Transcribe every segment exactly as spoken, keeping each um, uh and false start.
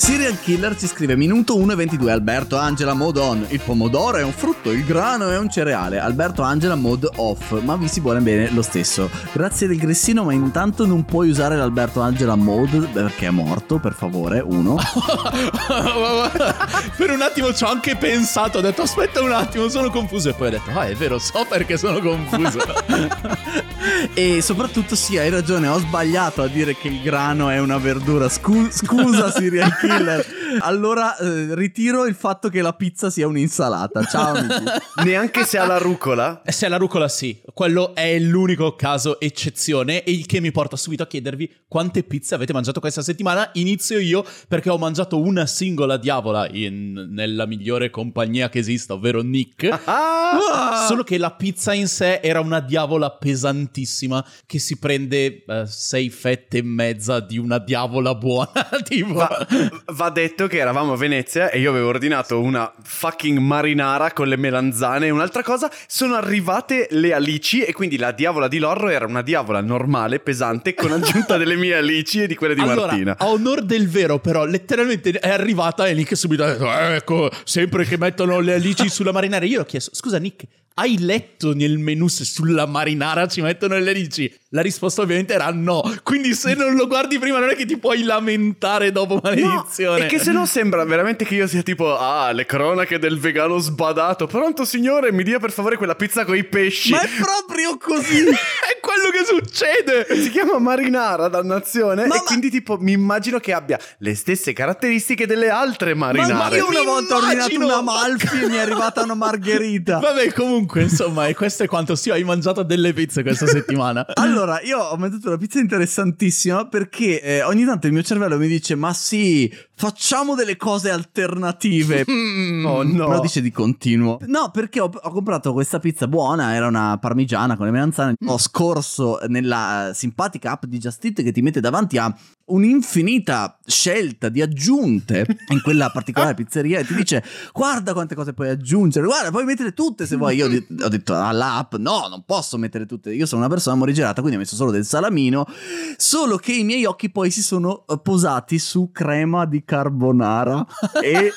Serial Killer ci scrive minuto uno e ventidue. Alberto Angela mode on. Il pomodoro è un frutto, il grano è un cereale. Alberto Angela mode off. Ma vi si vuole bene lo stesso. Grazie del grissino, ma intanto non puoi usare l'Alberto Angela mode perché è morto, per favore. Uno. Per un attimo ci ho anche pensato, ho detto aspetta un attimo, sono confuso, e poi ho detto ah è vero, so perché sono confuso. E soprattutto sì, hai ragione, ho sbagliato a dire che il grano è una verdura. Scu- scusa Serial Killer. Allora eh, ritiro il fatto che la pizza sia un'insalata. Ciao amici. Neanche se ha la rucola? Se ha la rucola sì, quello è l'unico caso eccezione, e il che mi porta subito a chiedervi quante pizze avete mangiato questa settimana. Inizio io perché ho mangiato una singola diavola in, nella migliore compagnia che esista, ovvero Nick. Ah! Solo che la pizza in sé era una diavola pesantissima che si prende uh, sei fette e mezza di una diavola buona. Tipo Va, va detto che eravamo a Venezia e io avevo ordinato una fucking marinara con le melanzane e un'altra cosa. Sono arrivate le alici e quindi la diavola di Lorro era una diavola normale, pesante, con aggiunta delle mie alici e di quelle di allora, Martina. A onor del vero, però, letteralmente è arrivata e Nick subito ha detto eh, ecco, sempre che mettono le alici sulla marinara. Io ho chiesto, scusa Nick, hai letto nel menù se sulla marinara ci mettono le alici? La risposta ovviamente era no. Quindi se non lo guardi prima non è che ti puoi lamentare dopo, maledizione. No, e che se no sembra veramente che io sia tipo ah, le cronache del vegano sbadato. Pronto signore, mi dia per favore quella pizza con i pesci. Ma è proprio così. È quello che succede. Si chiama marinara, dannazione. Ma e ma... quindi tipo mi immagino che abbia le stesse caratteristiche delle altre marinare. Ma, ma io una Mi volta ho ordinato immagino... una Malfi e mi è arrivata una margherita. Vabbè, comunque, insomma, e questo è quanto sì, hai mangiato delle pizze questa settimana. Allora, io ho mangiato una pizza interessantissima perché eh, ogni tanto il mio cervello mi dice ma sì, facciamo delle cose alternative. Mm, oh no. Me lo dice di continuo. No, perché ho, ho comprato questa pizza buona, era una parmigiana con le melanzane. Ho scorso nella simpatica app di Just Eat che ti mette davanti a un'infinita scelta di aggiunte in quella particolare pizzeria e ti dice guarda quante cose puoi aggiungere, guarda puoi mettere tutte se vuoi. Io ho detto all'app no, non posso mettere tutte, io sono una persona morigerata, quindi ho messo solo del salamino. Solo che i miei occhi poi si sono posati su crema di carbonara e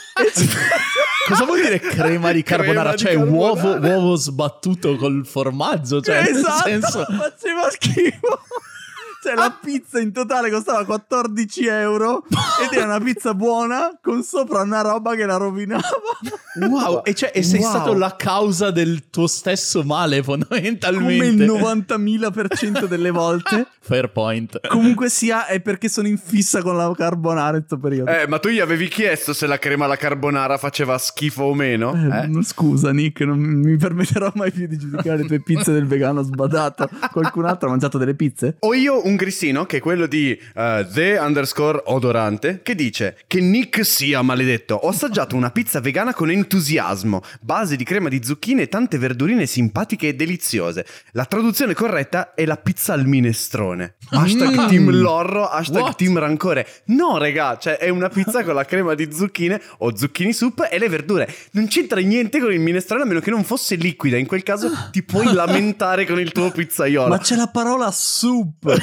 cosa vuol dire crema di carbonara? Crema di cioè carbonara. uovo, uovo sbattuto col formaggio, cioè esatto, nel senso... faceva schifo. Cioè la pizza in totale costava quattordici euro ed era una pizza buona con sopra una roba che la rovinava. Wow, e cioè e sei Wow. stato la causa del tuo stesso male fondamentalmente. Come il novantamila per cento delle volte. Fair point. Comunque sia è perché sono in fissa con la carbonara in questo periodo. Eh, ma tu gli avevi chiesto se la crema alla carbonara faceva schifo o meno? Eh, Eh? no, scusa Nick, non mi permetterò mai più di giudicare le tue pizze del vegano sbadato. Qualcun altro ha mangiato delle pizze? Ho io un grissino che è quello di uh, The underscore odorante che dice che Nick sia maledetto. Ho assaggiato una pizza vegana con entusiasmo, base di crema di zucchine e tante verdurine simpatiche e deliziose. La traduzione corretta è la pizza al minestrone. Hashtag Mm. team lorro, hashtag What? team rancore. No regà, cioè è una pizza con la crema di zucchine o zucchini soup e le verdure. Non c'entra niente con il minestrone a meno che non fosse liquida. In quel caso ti puoi lamentare con il tuo pizzaiolo. Ma c'è la parola soup.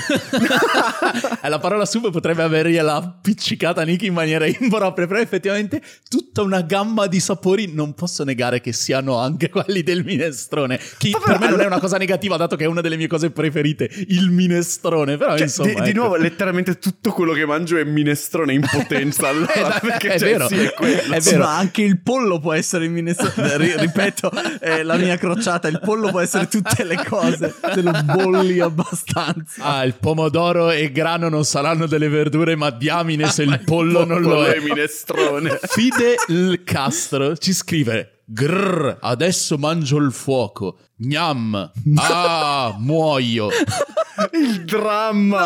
La parola soup potrebbe avergliela appiccicata Nick in maniera impropria, però effettivamente tutta una gamma di sapori non posso negare che siano anche quelli del minestrone, che Vabbè, per me non allora- è una cosa negativa dato che è una delle mie cose preferite, il minestrone, però Cioè, insomma di, di ecco. nuovo, letteralmente tutto quello che mangio è minestrone in potenza. Allora, Eh, dai, perché è cioè, vero, sì, è quello. è Sì, vero. ma anche il pollo può essere in minestrone. Ri- ripeto, è la mia crociata. Il pollo può essere tutte le cose se lo bolli abbastanza. Ah, il pomodoro e grano non saranno delle verdure, ma diamine se il pollo non lo è. minestrone. Fide il Castro ci scrive: grrr, adesso mangio il fuoco. Gnam. Ah, muoio. Il dramma.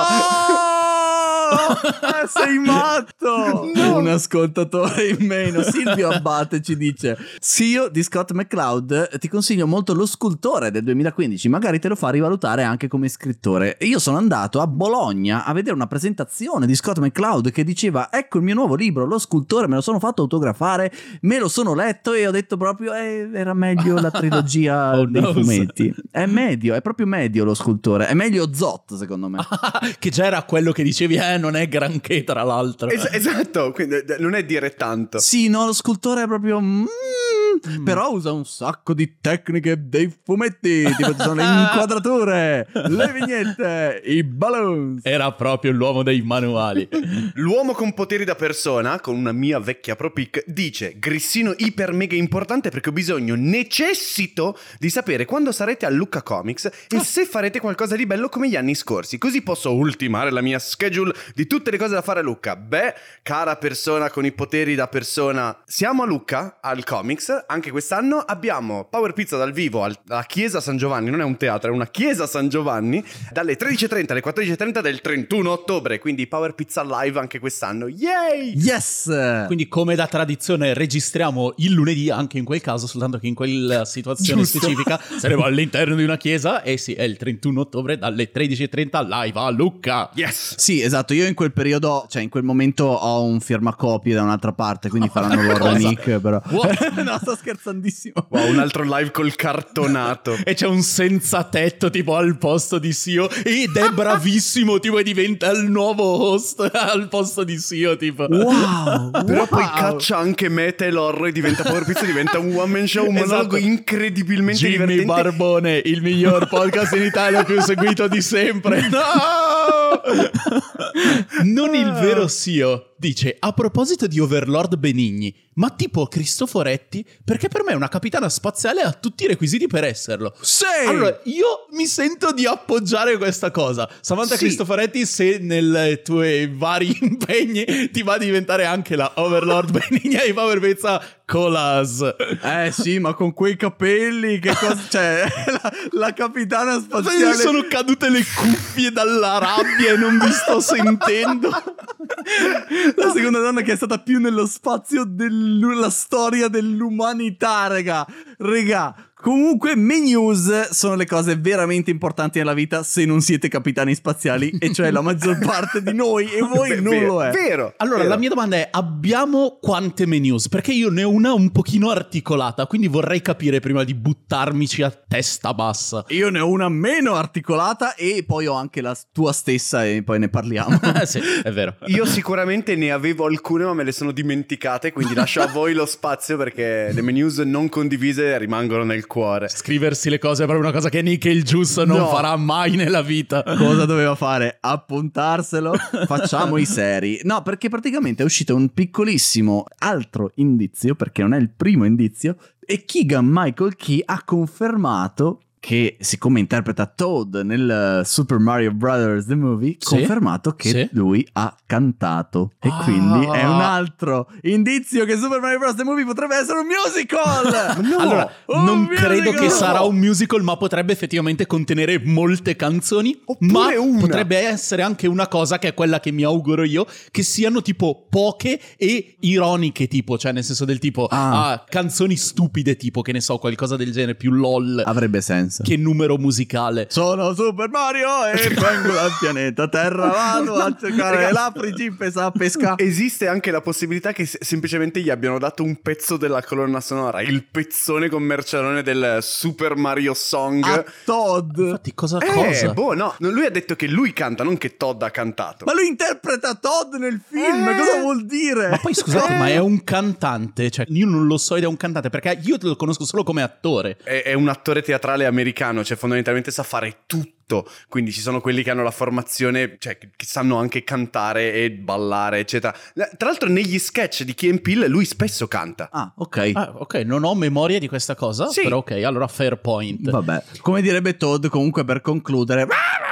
Ah, sei matto! No. Un ascoltatore in meno, Silvio Abbate, ci dice: Sio di Scott McCloud, ti consiglio molto Lo Scultore del duemilaquindici, magari te lo fa rivalutare anche come scrittore. E io sono andato a Bologna a vedere una presentazione di Scott McCloud che diceva: ecco il mio nuovo libro, Lo Scultore, me lo sono fatto autografare, me lo sono letto e ho detto proprio eh, era meglio la trilogia Oh, dei no. fumetti. È medio, è proprio medio lo scultore. È meglio Zot, secondo me. Che già era quello che dicevi, eh, non è granché tra l'altro. Es- esatto, quindi eh, non è dire tanto. Sì, no, lo scultore è proprio... mm, Mm. Però usa un sacco di tecniche dei fumetti. Tipo ci sono le inquadrature, le vignette, i balloons. Era proprio l'uomo dei manuali. L'uomo con poteri da persona, con una mia vecchia pro pic, dice: grissino iper mega importante perché ho bisogno, necessito di sapere quando sarete a Lucca Comics e se farete qualcosa di bello come gli anni scorsi, così posso ultimare la mia schedule di tutte le cose da fare a Lucca. Beh, cara persona con i poteri da persona, siamo a Lucca al Comics. Anche quest'anno abbiamo Power Pizza dal vivo alla Chiesa San Giovanni, non è un teatro, è una Chiesa San Giovanni, dalle tredici e trenta alle quattordici e trenta del trentuno ottobre, quindi Power Pizza live anche quest'anno. Yay! Yes! Quindi come da tradizione registriamo il lunedì anche in quel caso, soltanto che in quella situazione Giusto. specifica saremo all'interno di una chiesa e sì, è il trentuno ottobre dalle tredici e trenta live a Lucca. Yes! Sì, esatto, io in quel periodo, cioè in quel momento ho un firmacopie da un'altra parte, quindi faranno loro Cosa? Nick, però. What? No, sto scherzandissimo. Wow, un altro live col cartonato. E c'è un senza tetto tipo al posto di Sio ed è bravissimo tipo e diventa il nuovo host al posto di Sio tipo. Wow! Però wow. poi caccia anche Meta e Lorro e diventa Power Pizza, diventa un one man show, un monologo Esatto. incredibilmente Jimmy divertente. Barbone, il miglior podcast in Italia più seguito di sempre. No! Non il vero Sio. Dice, a proposito di Overlord Benigni, ma tipo Cristoforetti, perché per me una capitana spaziale ha tutti i requisiti per esserlo. Sì! Allora, io mi sento di appoggiare questa cosa. Samantha Sì. Cristoforetti, se nei tuoi vari impegni ti va a diventare anche la Overlord Benigni di Power Pizza Colas. Eh sì, ma con quei capelli, che cosa... Cioè, la, la capitana Mi spaziale... sono cadute le cuffie dalla rabbia e non vi sto sentendo. La seconda donna che è stata più nello spazio della storia dell'umanità, raga. Raga, comunque me news sono le cose veramente importanti nella vita se non siete capitani spaziali, e cioè la maggior parte di noi, e voi Beh, non vero, lo è. Vero. Allora, vero. la mia domanda è, abbiamo quante me news? Perché io ne ho una un pochino articolata, quindi vorrei capire prima di buttarmici a testa bassa. Io ne ho una meno articolata e poi ho anche la tua stessa e poi ne parliamo. Sì, è vero. Io sicuramente ne avevo alcune, ma me le sono dimenticate, quindi lascio a voi lo spazio perché le mie news non condivise rimangono nel cuore. Scriversi le cose è proprio una cosa che Nick il Giusto non No. farà mai nella vita. Cosa doveva fare? Appuntarselo? Facciamo i seri. No, perché praticamente è uscito un piccolissimo altro indizio, perché non è il primo indizio, e Keegan Michael Key ha confermato che, siccome interpreta Toad nel Super Mario Brothers The Movie, Sì. confermato che Sì. lui ha cantato. E Ah. quindi è un altro indizio che Super Mario Bros. The Movie potrebbe essere un musical! No! Allora, un non credo musical! che sarà un musical, ma potrebbe effettivamente contenere molte canzoni. Oppure ma una. potrebbe essere anche una cosa che è quella che mi auguro io, che siano tipo poche e ironiche, tipo, cioè nel senso del tipo, Ah. ah, canzoni stupide, tipo, che ne so, qualcosa del genere, più lol Avrebbe senso. che numero musicale. Sono Super Mario e vengo dal pianeta Terra, vado a cercare Ragazzi, la principessa a pesca. Esiste anche la possibilità che se- semplicemente gli abbiano dato un pezzo della colonna sonora, il pezzone commercialone del Super Mario Song. A Todd. Infatti, cosa eh, cosa? boh, no, no, lui ha detto che lui canta, non che Todd ha cantato. Ma lui interpreta Todd nel film, Eh. cosa vuol dire? Ma poi scusate, Eh. ma è un cantante? Cioè, io non lo so ed è un cantante, perché io te lo conosco solo come attore. È, è un attore teatrale americano, cioè fondamentalmente sa fare tutto. Quindi ci sono quelli che hanno la formazione, cioè che che sanno anche cantare e ballare, eccetera. La- Tra l'altro negli sketch di Key and Peele lui spesso canta. Ah, ok. Ah, ok, non ho memoria di questa cosa, Sì. però ok, allora fair point. Vabbè, come direbbe Todd, comunque per concludere.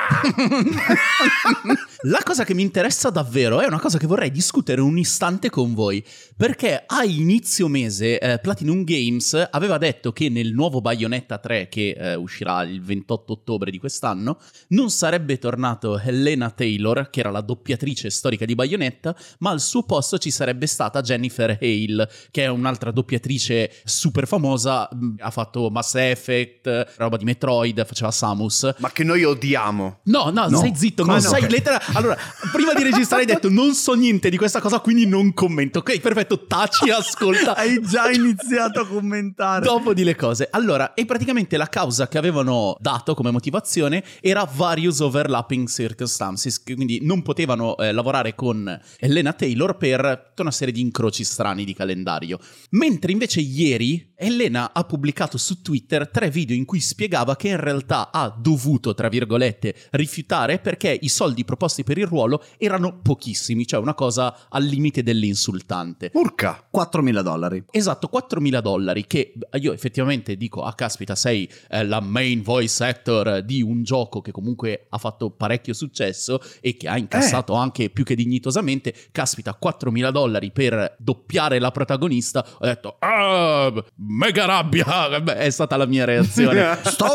La cosa che mi interessa davvero è una cosa che vorrei discutere un istante con voi, perché a inizio mese eh, Platinum Games aveva detto che nel nuovo Bayonetta tre, che eh, uscirà il ventotto ottobre di quest'anno, anno, non sarebbe tornato Helena Taylor, che era la doppiatrice storica di Bayonetta, ma al suo posto ci sarebbe stata Jennifer Hale, che è un'altra doppiatrice super famosa, ha fatto Mass Effect, roba di Metroid, faceva Samus. Ma che noi odiamo. No, no, No. stai zitto, non Ah, no, sai ok. lettera. Allora, prima di registrare hai detto non so niente di questa cosa, quindi non commento. Ok, perfetto, taci, ascolta. Hai già iniziato a commentare. Dopo di le cose. Allora, e praticamente la causa che avevano dato come motivazione era various overlapping circumstances, che quindi non potevano eh, lavorare con Helena Taylor per tutta una serie di incroci strani di calendario. Mentre invece ieri Helena ha pubblicato su Twitter tre video in cui spiegava che in realtà ha dovuto, tra virgolette, rifiutare perché i soldi proposti per il ruolo erano pochissimi, cioè una cosa al limite dell'insultante. Urca. quattromila dollari. Esatto, quattromila dollari, che io effettivamente dico, ah caspita, sei eh, la main voice actor di un gioco che comunque ha fatto parecchio successo e che ha incassato Eh. anche più che dignitosamente, caspita, quattromila dollari per doppiare la protagonista, ho detto, ah, mega rabbia, beh, è stata la mia reazione. Sto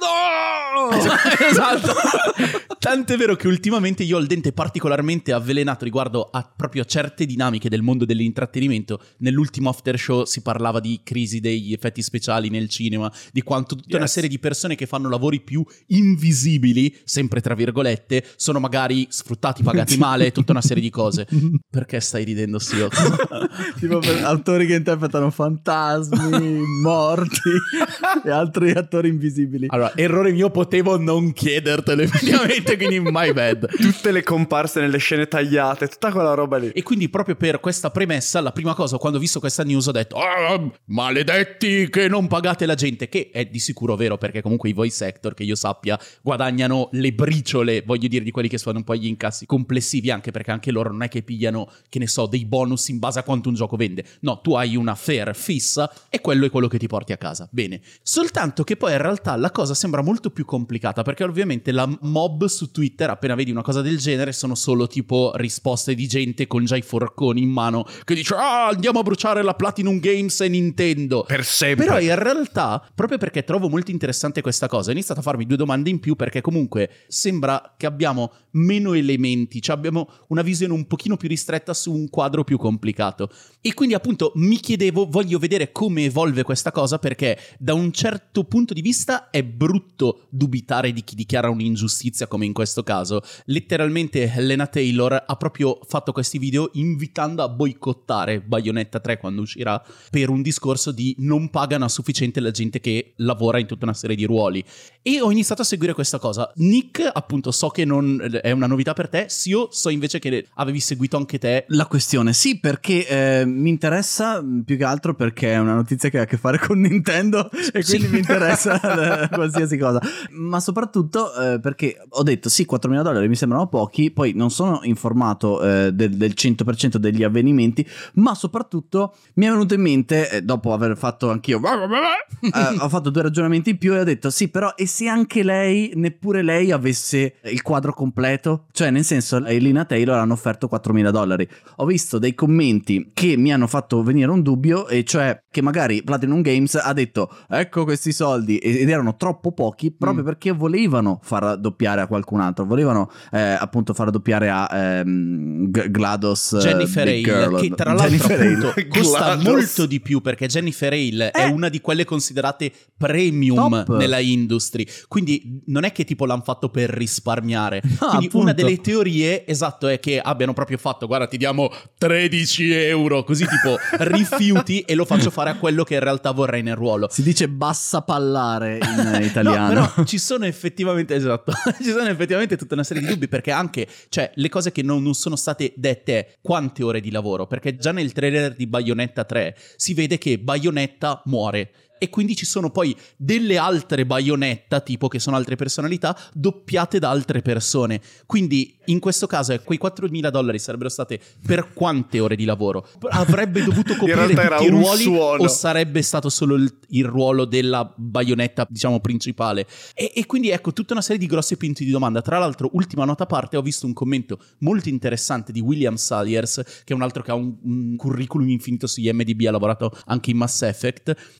urlando! Esatto. Tant'è vero che ultimamente io ho il dente particolarmente avvelenato riguardo a proprio certe dinamiche del mondo dell'intrattenimento. Nell'ultimo after show si parlava di crisi degli effetti speciali nel cinema, di quanto tutta una Yes. serie di persone che fanno lavori più invisibili, sempre tra virgolette, sono magari sfruttati, pagati male, tutta una serie di cose. Perché stai ridendo, Sio? Tipo per autori che interpretano fantasmi, morti e altri attori invisibili. Allora, errore mio, potevo non chiedertelo effettivamente, quindi my bad. Tutte le comparse nelle scene tagliate, tutta quella roba lì. E quindi proprio per questa premessa, la prima cosa, quando ho visto questa news ho detto ah, maledetti che non pagate la gente, che è di sicuro vero, perché comunque i voice actor, che io sappia, guadagnano le briciole, voglio dire, di quelli che fanno un po' gli incassi complessivi, anche perché anche loro non è che pigliano, che ne so, dei bonus in base a quanto un gioco vende. No, tu hai una fair fissa e quello è quello che ti porti a casa. Bene. Soltanto che poi in realtà la cosa sembra molto più complicata, perché ovviamente la mob su Twitter, appena vedi una cosa del genere, sono solo tipo risposte di gente con già i forconi in mano che dice ah, andiamo a bruciare la Platinum Games e Nintendo. Per sempre. Però in realtà, proprio perché trovo molto interessante questa cosa, ho iniziato a farmi due domande in più, perché comunque sembra che abbiamo meno elementi, cioè abbiamo una visione un pochino più ristretta su un quadro più complicato. E quindi appunto mi chiedevo, voglio vedere come evolve questa cosa, perché da un certo punto di vista è brutto dubitare di chi dichiara un'ingiustizia come in questo caso. Letteralmente Helena Taylor ha proprio fatto questi video invitando a boicottare Bayonetta tre quando uscirà, per un discorso di non pagano a sufficiente la gente che lavora in tutta una serie di ruoli. E ho iniziato a seguire questa cosa. Nick, appunto, so che non è una novità per te, Sio, so invece che avevi seguito anche te. La questione, sì, perché eh, mi interessa più che altro perché è una notizia che ha a che fare con Nintendo e quindi Sì. mi interessa eh, qualsiasi cosa. Ma soprattutto eh, perché ho detto sì, quattromila dollari mi sembrano pochi, poi non sono informato eh, del, del cento per cento degli avvenimenti, ma soprattutto mi è venuto in mente, eh, dopo aver fatto anch'io, eh, ho fatto due ragionamenti in più e ho detto sì, però e se anche lei, neppure lei avesse il quadro completo? Cioè nel senso, a Helena Taylor hanno offerto quattromila dollari. Ho visto dei commenti che mi hanno fatto venire un dubbio, e cioè che magari Platinum Games ha detto ecco questi soldi, ed erano troppo pochi proprio Mm. perché volevano far doppiare a qualcun altro, volevano eh, appunto far doppiare a ehm, G- GLaDOS, eh, Jennifer Big Hale, Girl. che tra l'altro Jennifer Hale. appunto costa GLaDOS. molto di più, perché Jennifer Hale è Eh. una di quelle considerate premium Top. nella industry, quindi non è che tipo l'hanno fatto per risparmiare. No, Quindi appunto. una delle teorie, esatto, è che abbiano proprio fatto guarda ti diamo tredici euro, così tipo rifiuti e lo faccio fare a quello che in realtà vorrei nel ruolo. Si dice bassa pallare in italiano. No, però ci sono effettivamente, esatto, ci sono effettivamente tutta una serie di dubbi, perché anche, cioè, le cose che non, non sono state dette è quante ore di lavoro, perché già nel trailer di Bayonetta tre si vede che Bayonetta muore. E quindi ci sono poi delle altre Bayonetta, tipo che sono altre personalità, doppiate da altre persone. Quindi in questo caso quei quattromila dollari sarebbero state per quante ore di lavoro? Avrebbe dovuto coprire realtà era tutti i un ruoli suono. o sarebbe stato solo il, il ruolo della Bayonetta, diciamo, principale? E, e quindi ecco tutta una serie di grossi punti di domanda. Tra l'altro, ultima nota a parte, ho visto un commento molto interessante di William Salyers, che è un altro che ha un, un curriculum infinito su I M D B, ha lavorato anche in Mass Effect, che appunto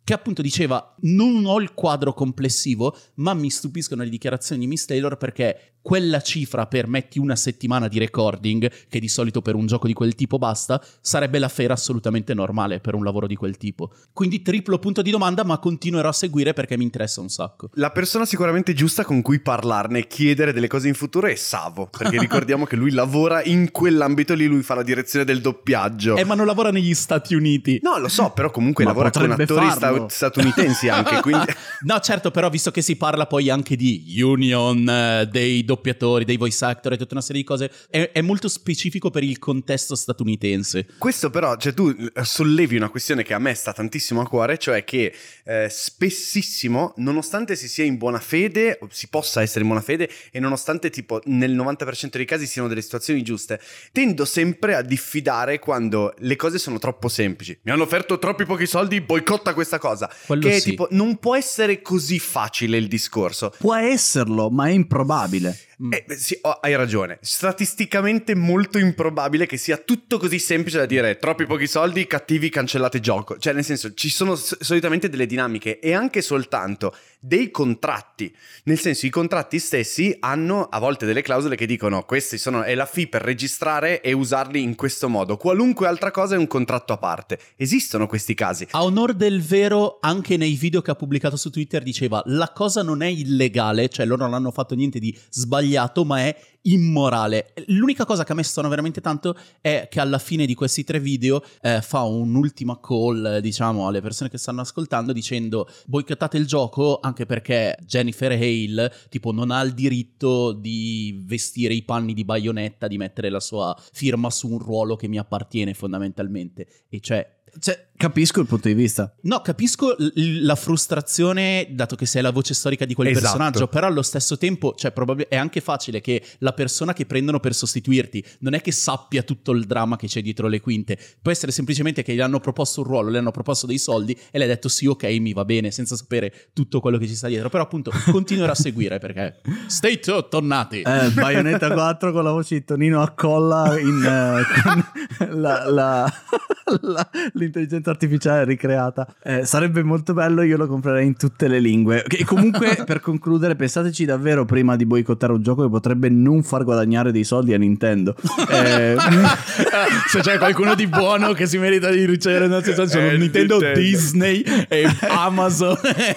diceva non ho il quadro complessivo, ma mi stupiscono le dichiarazioni di Miss Taylor perché quella cifra per metti una settimana di recording, che di solito per un gioco di quel tipo basta, sarebbe la fera assolutamente normale per un lavoro di quel tipo. Quindi triplo punto di domanda, ma continuerò a seguire perché mi interessa un sacco. La persona sicuramente giusta con cui parlarne e chiedere delle cose in futuro è Savo, perché ricordiamo che lui lavora in quell'ambito lì, lui fa la direzione del doppiaggio. Eh, ma non lavora negli Stati Uniti. No, lo so, però comunque Ma lavora con potrebbe attori farlo. sta- statunitensi anche, quindi... No, certo, però visto che si parla poi anche di union, eh, dei doppiatori, dei voice actor e tutta una serie di cose, è, è molto specifico per il contesto statunitense. Questo però, cioè tu sollevi una questione che a me sta tantissimo a cuore, cioè che eh, spessissimo, nonostante si sia in buona fede, o si possa essere in buona fede, e nonostante tipo nel novanta per cento dei casi siano delle situazioni giuste, tendo sempre a diffidare quando le cose sono troppo semplici. Mi hanno offerto troppi pochi soldi, boicotta questa cosa. Quello che è sì. tipo, non può essere così facile il discorso. Può esserlo, ma è improbabile. Eh, sì, oh, hai ragione. Statisticamente molto improbabile che sia tutto così semplice da dire troppi pochi soldi, cattivi, cancellate gioco. Cioè, nel senso, ci sono s- solitamente delle dinamiche e anche soltanto dei contratti. Nel senso, i contratti stessi hanno a volte delle clausole che dicono questi sono è la fee per registrare e usarli in questo modo. Qualunque altra cosa è un contratto a parte. Esistono questi casi. A onor del vero, anche nei video che ha pubblicato su Twitter diceva la cosa non è illegale, cioè loro non hanno fatto niente di sbagliato, ma è immorale. L'unica cosa che a me stona veramente tanto è che alla fine di questi tre video eh, fa un'ultima call, eh, diciamo, alle persone che stanno ascoltando dicendo boicottate il gioco anche perché Jennifer Hale tipo non ha il diritto di vestire i panni di Bayonetta, di mettere la sua firma su un ruolo che mi appartiene fondamentalmente. E cioè Cioè, capisco il punto di vista. no, capisco l- la frustrazione dato che sei la voce storica di quel Esatto. personaggio, però allo stesso tempo, cioè, probab- è anche facile che la persona che prendono per sostituirti non è che sappia tutto il dramma che c'è dietro le quinte, può essere semplicemente che gli hanno proposto un ruolo, le hanno proposto dei soldi e lei ha detto sì, ok, mi va bene, senza sapere tutto quello che ci sta dietro, però appunto continuerò a seguire perché stay to- tornati. Eh, Bayonetta quattro con la voce di Tonino Accolla in, eh, con la, la, la, l'intelligenza artificiale ricreata. Eh, sarebbe molto bello, io lo comprerei in tutte le lingue. E comunque, per concludere, pensateci davvero prima di boicottare un gioco che potrebbe non far guadagnare dei soldi a Nintendo. Eh, Se c'è qualcuno di buono che si merita di ricevere una sono Eh, Nintendo, Nintendo. Disney e Amazon.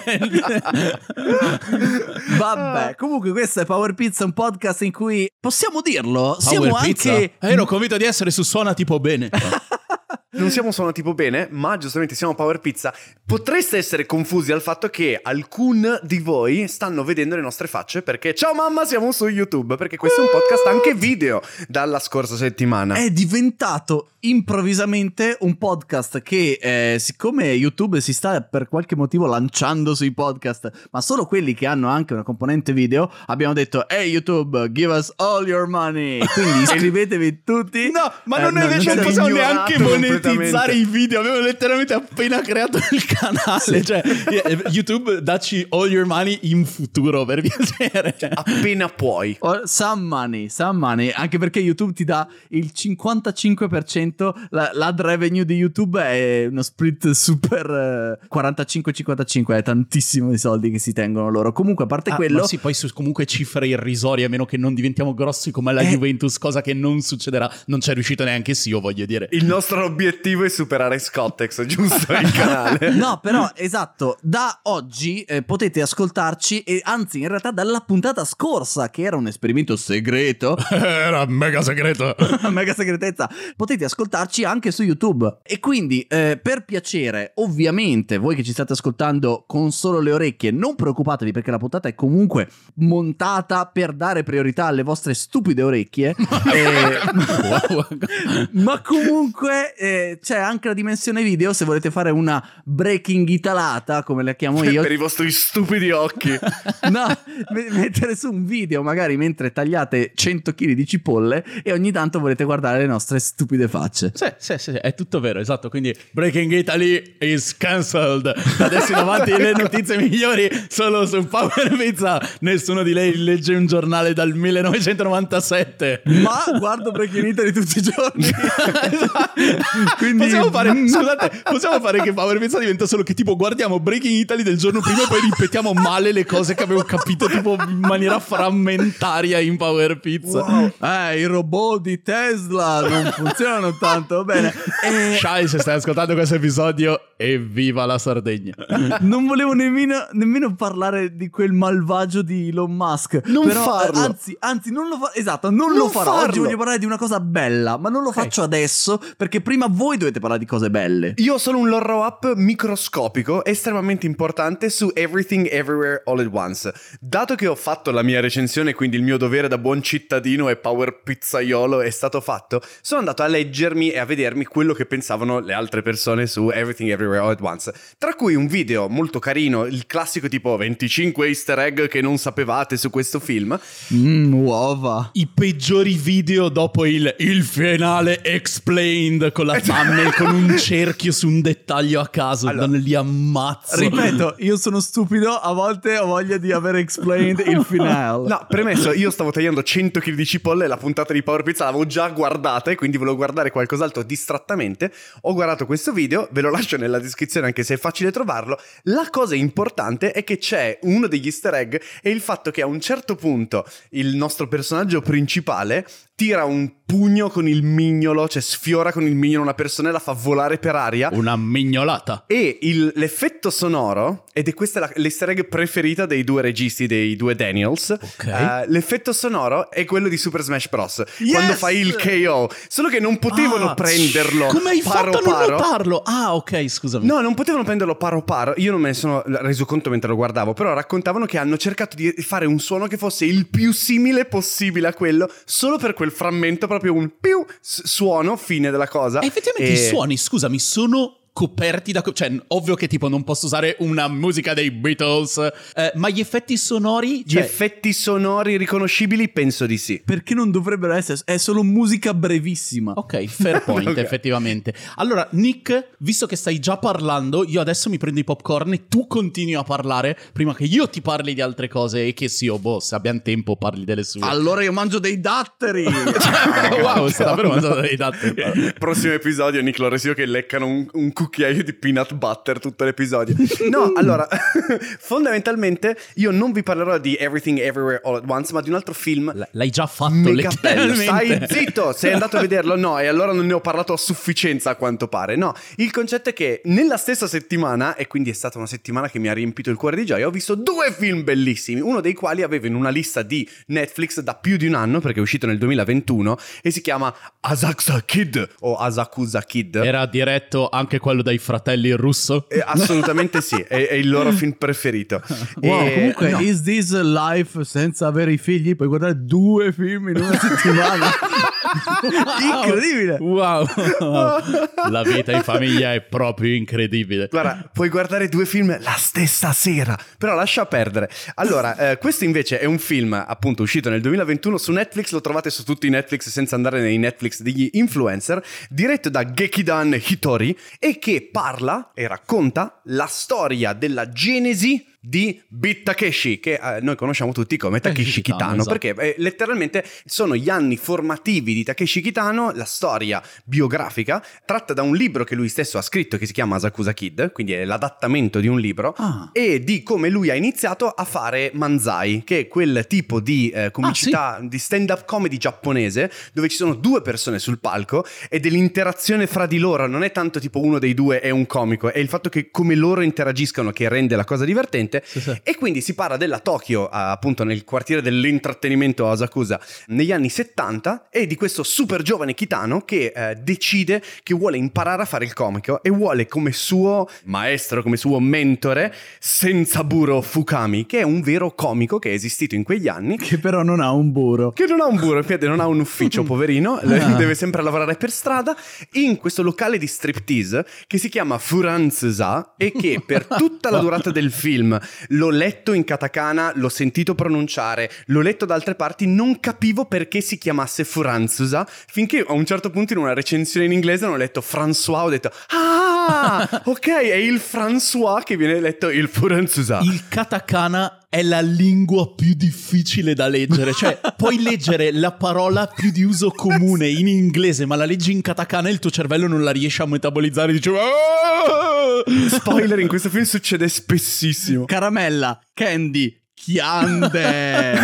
vabbè, comunque questo è Power Pizza, un podcast in cui possiamo dirlo, siamo Power Pizza? anche... Eh, ero convinto di essere su Suona tipo bene. Non siamo suona tipo bene, ma giustamente siamo Power Pizza. Potreste essere confusi al fatto che alcuni di voi stanno vedendo le nostre facce perché ciao mamma, siamo su YouTube, perché questo è un podcast anche video dalla scorsa settimana. È diventato improvvisamente un podcast che, eh, siccome YouTube si sta per qualche motivo lanciando sui podcast, ma solo quelli che hanno anche una componente video, abbiamo detto hey YouTube, give us all your money, quindi iscrivetevi tutti. No, ma Eh, non, no, è non non c'è possiamo ignorato neanche completamente. monetizzare i video. Abbiamo letteralmente appena creato il canale. Cioè, YouTube, dacci all your money in futuro, per piacere. Appena puoi. Or- Some money, some money, anche perché YouTube ti dà il cinquantacinque per cento, la, l'ad revenue di YouTube è uno split super eh, quarantacinque cinquantacinque, è tantissimo i soldi che si tengono loro. Comunque, a parte Ah, quello, ma sì, poi su comunque cifre irrisorie, a meno che non diventiamo grossi come la Eh. Juventus, cosa che non succederà. Non c'è riuscito neanche Sio, voglio dire. Il nostro obiettivo è superare Scottex, giusto? Il canale. no, però esatto, da oggi eh, potete ascoltarci, e anzi in realtà dalla puntata scorsa, che era un esperimento segreto, Era mega segreto. mega segretezza, potete ascoltarci anche su YouTube. E quindi eh, per piacere, ovviamente voi che ci state ascoltando con solo le orecchie, non preoccupatevi perché la puntata è comunque montata per dare priorità alle vostre stupide orecchie. Eh, ma comunque eh, c'è anche la dimensione video se volete fare una breaking italata, come la chiamo io. Per i vostri stupidi occhi. No, me- mettere su un video magari mentre tagliate cento chili di cipolle e ogni tanto volete guardare le nostre stupide facce. Sì, sì, sì, è tutto vero, esatto. Quindi Breaking Italy is cancelled. Da adesso in avanti le notizie migliori solo su Power Pizza. Nessuno di lei legge un giornale dal millenovecentonovantasette. Ma guardo Breaking Italy tutti i giorni. Quindi possiamo fare, scusate, possiamo fare che Power Pizza diventa solo che tipo guardiamo Breaking Italy del giorno prima e poi ripetiamo male le cose che avevo capito tipo in maniera frammentaria in Power Pizza. Wow. Eh, i robot di Tesla non funzionano tanto bene. E... Shai, se stai ascoltando questo episodio, evviva la Sardegna. Non volevo nemmeno, nemmeno parlare di quel malvagio di Elon Musk. Non però, farlo. Anzi, anzi, non lo fa. Esatto, non, non lo farò. farlo. Oggi voglio parlare di una cosa bella, ma non lo Okay. faccio adesso perché prima voi dovete parlare di cose belle. Io ho solo un loro up microscopico estremamente importante su Everything Everywhere All at Once. Dato che ho fatto la mia recensione, quindi il mio dovere da buon cittadino e power pizzaiolo è stato fatto, sono andato a leggermi e a vedermi quello che pensavano le altre persone su Everything Everywhere All at Once. Tra cui un video molto carino, il classico tipo venticinque easter egg che non sapevate su questo film. Mmm, uova. I peggiori video dopo il, il finale explained con la thumbnail con un cerchio su un dettaglio a caso. Allora, allora, li ammazzo. Ripeto, io sono stupido, a volte ho voglia di aver explained il finale. No, premesso, io stavo tagliando cento chili di cipolle, la puntata di Power Pizza l'avevo già guardata e quindi volevo guardare qualcos'altro distrattamente. Ho guardato questo video, ve lo lascio nella descrizione anche se è facile trovarlo. La cosa importante è che c'è uno degli easter egg e il fatto che a un certo punto il nostro personaggio principale tira un pugno con il mignolo, cioè sfiora con il mignolo una persona e la fa volare per aria. Una mignolata. E il, l'effetto sonoro, ed è questa la, l'easter egg preferita dei due registi, dei due Daniels, Ok. uh, l'effetto sonoro è quello di Super Smash Bros. Yes! Quando fai il K O. Solo che non potevano Ah, prenderlo Come hai paro fatto a non paro. notarlo? Ah, ok, scusami. No, non potevano prenderlo paro paro. Io non me ne sono reso conto mentre lo guardavo, però raccontavano che hanno cercato di fare un suono che fosse il più simile possibile a quello, solo per quel frammento, proprio un più s- suono, fine della cosa. E effettivamente E- i suoni, scusami, sono coperti da... Cioè, ovvio che tipo non posso usare una musica dei Beatles, eh, ma gli effetti sonori... Gli Cioè, effetti sonori riconoscibili penso di sì. Perché non dovrebbero essere? È solo musica brevissima. ok, fair point, Ok. effettivamente. Allora, Nick, visto che stai già parlando, io adesso mi prendo i popcorn e tu continui a parlare prima che io ti parli di altre cose e che sì, oh boh, se abbiamo tempo parli delle sue. Allora io mangio dei datteri. Wow, sta davvero mangiando dei datteri. Prossimo episodio, Nick Loresio che leccano un, un cucchiaio di peanut butter tutto l'episodio. No, allora, fondamentalmente io non vi parlerò di Everything Everywhere All at Once, ma di un altro film L- l'hai già fatto, mega bello. letteralmente. Stai zitto, sei andato a vederlo? No, e allora non ne ho parlato a sufficienza a quanto pare. No, il concetto è che nella stessa settimana, e quindi è stata una settimana che mi ha riempito il cuore di gioia, ho visto due film bellissimi, uno dei quali avevo in una lista di Netflix da più di un anno, perché è uscito nel duemilaventuno, e si chiama Asakusa Kid, o Asakusa Kid. Era diretto anche quello dai fratelli russo? Eh, assolutamente sì, è, è il loro film preferito. Wow, E- comunque, no. is this life senza avere i figli? Puoi guardare due film in una settimana. Incredibile. Wow. La vita in famiglia è proprio incredibile. Guarda, puoi guardare due film la stessa sera, però lascia perdere. Allora, eh, questo invece è un film appunto uscito nel duemilaventuno su Netflix, lo trovate su tutti i Netflix senza andare nei Netflix degli influencer, diretto da Gekidan Hitori e che parla e racconta la storia della genesi di Beat Takeshi, che eh, noi conosciamo tutti come Takeshi Kitano, Kitano, esatto. perché eh, letteralmente sono gli anni formativi di Takeshi Kitano, la storia biografica tratta da un libro che lui stesso ha scritto che si chiama Asakusa Kid, quindi è l'adattamento di un libro, Ah. e di come lui ha iniziato a fare manzai, che è quel tipo di eh, comicità, di stand-up comedy giapponese, dove ci sono due persone sul palco e dell'interazione fra di loro, non è tanto tipo uno dei due è un comico, è il fatto che come loro interagiscono che rende la cosa divertente. Sì, sì. E quindi si parla della Tokyo, appunto nel quartiere dell'intrattenimento a Asakusa, negli anni settanta, e di questo super giovane Kitano che eh, decide che vuole imparare a fare il comico e vuole come suo maestro, come suo mentore Sensaburo Fukami, che è un vero comico che è esistito in quegli anni, Che però non ha un burro. che non ha un burro, infatti non ha un ufficio, poverino, Ah. deve sempre lavorare per strada, in questo locale di striptease che si chiama Furanzusa e che per tutta la durata del film l'ho letto in katakana, l'ho sentito pronunciare, l'ho letto da altre parti, non capivo perché si chiamasse Furanzusa, finché a un certo punto in una recensione in inglese hanno letto François, ho detto ah, Ah, ok, è il François che viene letto il Furanzusa. Il katakana è la lingua più difficile da leggere. Cioè, puoi leggere la parola più di uso comune in inglese, ma la leggi in katakana e il tuo cervello non la riesce a metabolizzare. Dice... Spoiler, in questo film succede spessissimo. Caramella, candy, chiande.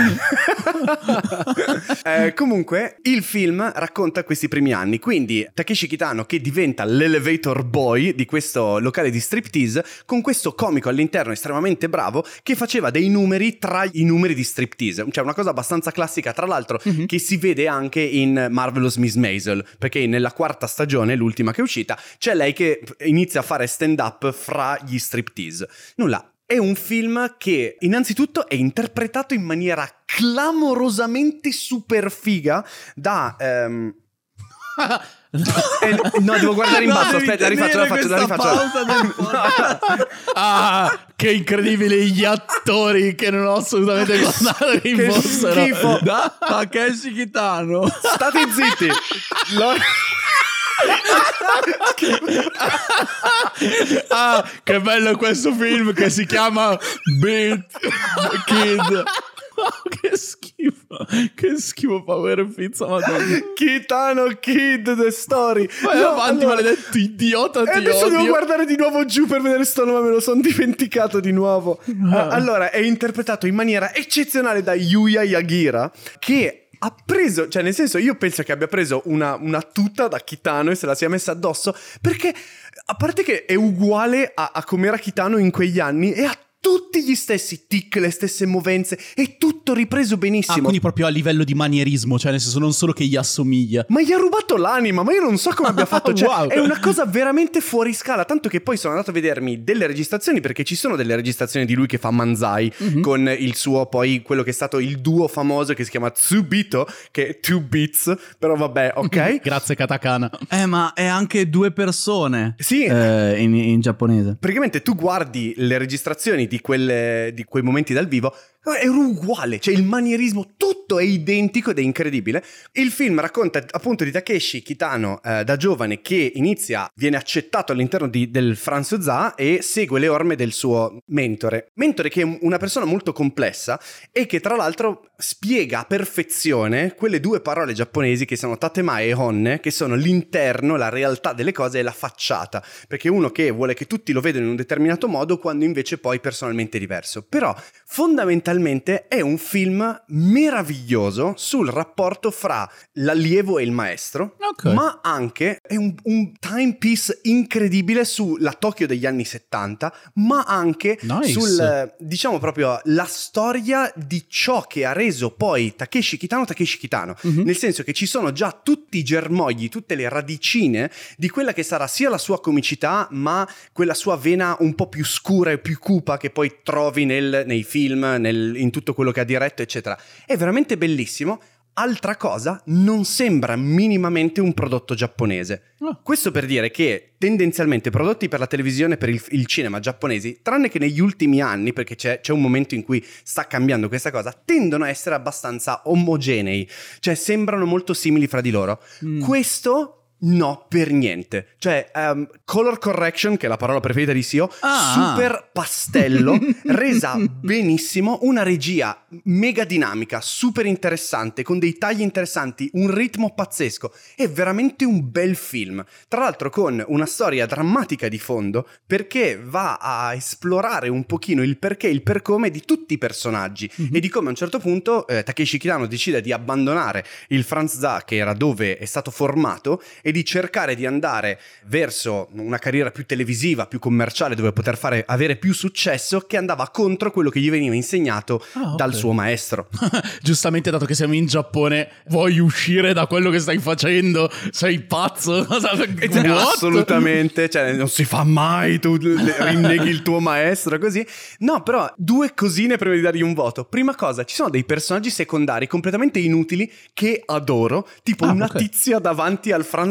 eh, comunque il film racconta questi primi anni, quindi Takeshi Kitano che diventa l'elevator boy di questo locale di striptease, con questo comico all'interno estremamente bravo che faceva dei numeri tra i numeri di striptease, cioè una cosa abbastanza classica tra l'altro, mm-hmm. che si vede anche in Marvelous Miss Maisel, perché nella quarta stagione, l'ultima che è uscita, c'è lei che inizia a fare stand up fra gli striptease. Nulla. È un film che innanzitutto è interpretato in maniera clamorosamente super figa da... Um... eh, no, devo guardare in basso, no, aspetta, la rifaccio, la faccio, la rifaccio. Del... ah, che incredibili gli attori che non ho assolutamente guardato che che fossero. Schifo. Da Takeshi Kitano. State zitti. Lo... ah, che bello questo film che si chiama Beat Kid. Oh, che schifo, che schifo, Power Pizza, madonna. Kitano Kid The Story. Vai no, avanti, allora... maledetto idiota, ti adesso odio. Devo guardare di nuovo giù per vedere sto nome, me lo sono dimenticato di nuovo. ah. Allora, è interpretato in maniera eccezionale da Yuya Yagira, che ha preso, cioè nel senso, io penso che abbia preso una, una tuta da Kitano e se la sia messa addosso, perché a parte che è uguale a, a come era Kitano in quegli anni e ha tutti gli stessi tic, le stesse movenze, è tutto ripreso benissimo. Ah, quindi proprio a livello di manierismo, cioè nel senso non solo che gli assomiglia. Ma gli ha rubato l'anima, ma io non so come abbia fatto, cioè wow. È una cosa veramente fuori scala, tanto che poi sono andato a vedermi delle registrazioni, perché ci sono delle registrazioni di lui che fa Manzai, mm-hmm. con il suo, poi quello che è stato il duo famoso che si chiama Tsubito, che è Two Beats, però vabbè, ok. Grazie katakana. Eh, ma è anche due persone. Sì. Eh, in, in giapponese. Praticamente tu guardi le registrazioni di, quelle, di quei momenti dal vivo, è uguale, cioè il manierismo tutto è identico ed è incredibile. Il film racconta appunto di Takeshi Kitano eh, da giovane che inizia, viene accettato all'interno di, del François e segue le orme del suo mentore. Mentore che è una persona molto complessa e che tra l'altro spiega a perfezione quelle due parole giapponesi che sono tatemae e honne, che sono l'interno, la realtà delle cose e la facciata, perché uno che vuole che tutti lo vedano in un determinato modo quando invece poi personalmente è diverso. Però fondamentalmente è un film meraviglioso sul rapporto fra l'allievo e il maestro, okay. Ma anche è un, un timepiece incredibile sulla Tokyo degli anni settanta, ma anche nice. sul, diciamo proprio, la storia di ciò che ha reso poi Takeshi Kitano Takeshi Kitano, mm-hmm. nel senso che ci sono già tutti i germogli, tutte le radicine di quella che sarà sia la sua comicità, ma quella sua vena un po' più scura e più cupa che poi trovi nel, nei film, nel in tutto quello che ha diretto, eccetera. È veramente bellissimo. Altra cosa, non sembra minimamente un prodotto giapponese. Oh. Questo per dire che tendenzialmente prodotti per la televisione, per il, il cinema giapponesi, tranne che negli ultimi anni, perché c'è, c'è un momento in cui sta cambiando questa cosa, tendono a essere abbastanza omogenei, cioè sembrano molto simili fra di loro. Mm. Questo no, per niente. Cioè, um, color correction, che è la parola preferita di Sio, ah. super pastello, resa benissimo, una regia mega dinamica, super interessante, con dei tagli interessanti, un ritmo pazzesco. È veramente un bel film. Tra l'altro con una storia drammatica di fondo, perché va a esplorare un pochino il perché e il per come di tutti i personaggi, mm-hmm. e di come a un certo punto eh, Takeshi Kitano decide di abbandonare il François, che era dove è stato formato, e di cercare di andare verso una carriera più televisiva, più commerciale, dove poter fare, avere più successo, che andava contro quello che gli veniva insegnato ah, okay. dal suo maestro. Giustamente, dato che siamo in Giappone, vuoi uscire da quello che stai facendo? Sei pazzo? Assolutamente, cioè non si fa mai, tu rinneghi il tuo maestro così. No, però due cosine prima di dargli un voto. Prima cosa, ci sono dei personaggi secondari completamente inutili che adoro, tipo ah, una okay. tizia davanti al Franz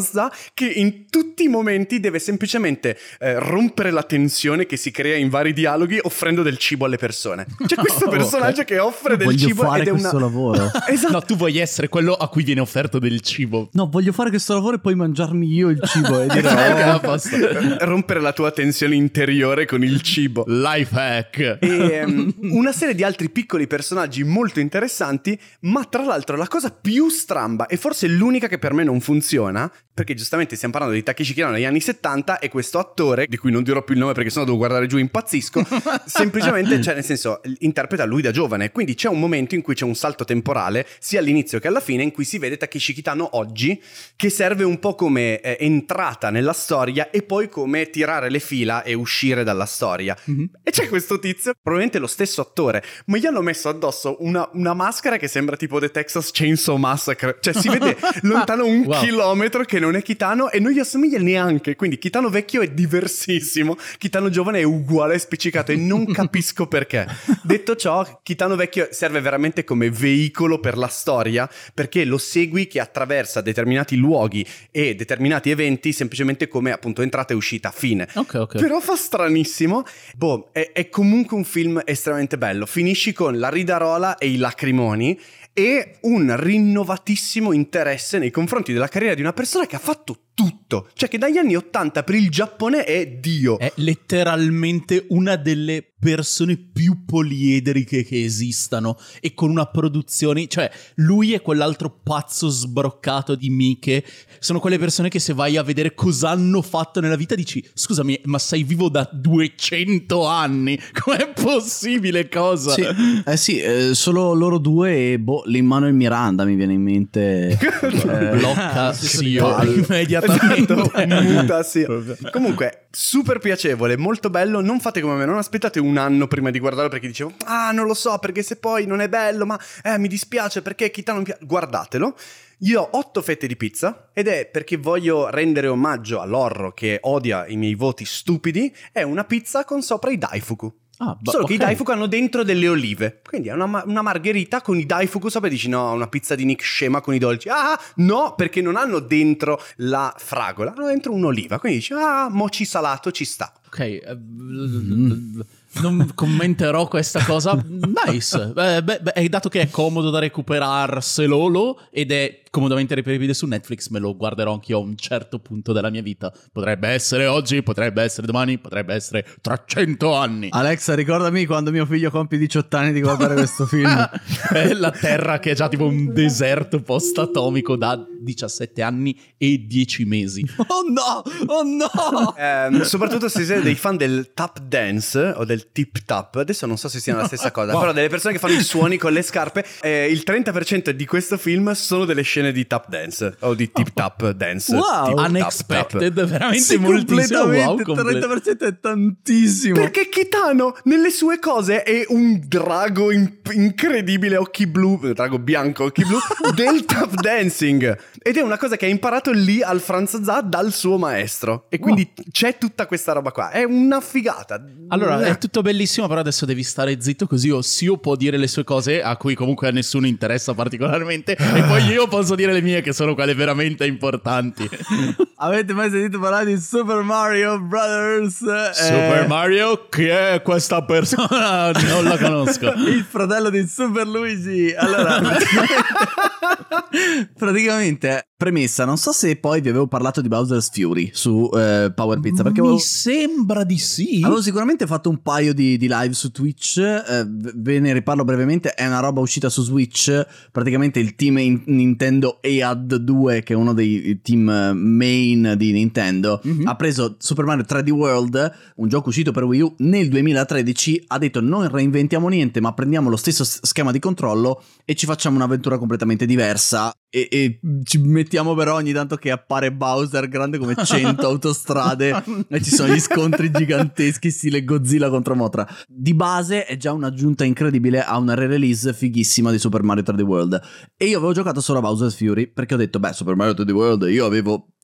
Z che in tutti i momenti deve semplicemente eh, rompere la tensione che si crea in vari dialoghi offrendo del cibo alle persone. C'è questo Oh, personaggio okay. che offre del Voglio cibo fare ed è questo una... lavoro. Esatto. No, tu vuoi essere quello a cui viene offerto del cibo. No, voglio fare questo lavoro e poi mangiarmi io il cibo e dire Ok, oh, a posto. Rompere la tua tensione interiore con il cibo. Life hack. E um, una serie di altri piccoli personaggi molto interessanti, ma tra l'altro la cosa più stramba e forse l'unica che per me non funziona, perché giustamente stiamo parlando di Takeshi Kitano negli anni settanta e questo attore, di cui non dirò più il nome perché sennò devo guardare giù e impazzisco, semplicemente, cioè nel senso, interpreta lui da giovane, quindi c'è un momento in cui c'è un salto temporale, sia all'inizio che alla fine, in cui si vede Takeshi Kitano oggi, che serve un po' come eh, entrata nella storia e poi come tirare le fila e uscire dalla storia. Mm-hmm. E c'è questo tizio, probabilmente lo stesso attore, ma gli hanno messo addosso una, una maschera che sembra tipo The Texas Chainsaw Massacre, cioè si vede lontano un wow. chilometro che non è Kitano e non gli assomiglia neanche, quindi Kitano vecchio è diversissimo, Kitano giovane è uguale e spiccicato e non capisco perché. Detto ciò, Kitano vecchio serve veramente come veicolo per la storia, perché lo segui che attraversa determinati luoghi e determinati eventi semplicemente come appunto entrata e uscita, fine. Ok, ok. Però fa stranissimo. Boh, è, è comunque un film estremamente bello. Finisci con la ridarola e i lacrimoni e un rinnovatissimo interesse nei confronti della carriera di una persona che ha fatto tutto, cioè che dagli anni ottanta per il Giappone è Dio. È letteralmente una delle persone più poliedriche che esistano e con una produzione, cioè lui e quell'altro pazzo sbroccato di Mike sono quelle persone che se vai a vedere cosa hanno fatto nella vita dici scusami ma sei vivo da duecento anni, com'è possibile cosa? Sì. Eh sì, eh, solo loro due e boh, Lin-Manuel Miranda mi viene in mente eh, blocca sì, io immediatamente esatto, muta, sì. Comunque super piacevole, molto bello. Non fate come me, non aspettate un anno prima di guardarlo perché dicevo ah non lo so perché se poi non è bello ma eh, mi dispiace perché Kitano non piace. Guardatelo. Io ho otto fette di pizza ed è perché voglio rendere omaggio all'horror che odia i miei voti stupidi. È una pizza con sopra i daifuku. Ah, ba- Solo okay. che i daifuku hanno dentro delle olive, quindi è una, una margherita con i daifuku sopra e dici no, una pizza di Nick scema con i dolci. Ah, no, perché non hanno dentro la fragola, hanno dentro un'oliva, quindi dici ah, mochi salato ci sta. Ok, mm. non commenterò questa cosa. Nice, beh, beh, beh, dato che è comodo da recuperarselo ed è comodamente reperibile su Netflix, me lo guarderò anch'io a un certo punto della mia vita. Potrebbe essere oggi, potrebbe essere domani, potrebbe essere tra cento anni. Alexa, ricordami quando mio figlio compie diciotto anni di guardare questo film. È la terra che è già tipo un deserto post-atomico da diciassette anni e dieci mesi. Oh no, oh no. eh, soprattutto se siete dei fan del tap dance o del tip tap, adesso non so se siano la stessa cosa, wow. però delle persone che fanno i suoni con le scarpe, eh, il trenta per cento di questo film sono delle scene di tap dance o di tip tap dance. Wow, tip, unexpected, tap, tap. veramente sì, moltissimo. Wow, il trenta per cento è tantissimo. Perché Kitano nelle sue cose è un drago in- incredibile, occhi blu, drago bianco, occhi blu, del tap dancing. Ed è una cosa che ha imparato lì al Franz Za dal suo maestro. E quindi wow. c'è tutta questa roba qua. È una figata. Allora, è tutto bellissimo, però adesso devi stare zitto così Ossio può dire le sue cose a cui comunque a nessuno interessa particolarmente e poi io posso dire le mie che sono quelle veramente importanti. Avete mai sentito parlare di Super Mario Brothers? Super eh... Mario? Chi è questa persona? Non la conosco. Il fratello di Super Luigi. Allora, praticamente, premessa, non so se poi vi avevo parlato di Bowser's Fury su eh, Power Pizza, perché mi avevo... sembra di sì. Avevo sicuramente fatto un paio di, di live su Twitch, eh, ve ne riparlo brevemente. È una roba uscita su Switch. Praticamente il team in- Nintendo E A D due, che è uno dei team main di Nintendo, mm-hmm. ha preso Super Mario tre D World, un gioco uscito per Wii U nel duemilatredici, ha detto non reinventiamo niente ma prendiamo lo stesso schema di controllo e ci facciamo un'avventura completamente diversa. E, e ci mettiamo però ogni tanto che appare Bowser grande come cento autostrade e ci sono gli scontri giganteschi stile Godzilla contro Mothra. Di base è già un'aggiunta incredibile a una re-release fighissima di Super Mario tre D World. E io avevo giocato solo a Bowser's Fury perché ho detto beh, Super Mario tre D World io avevo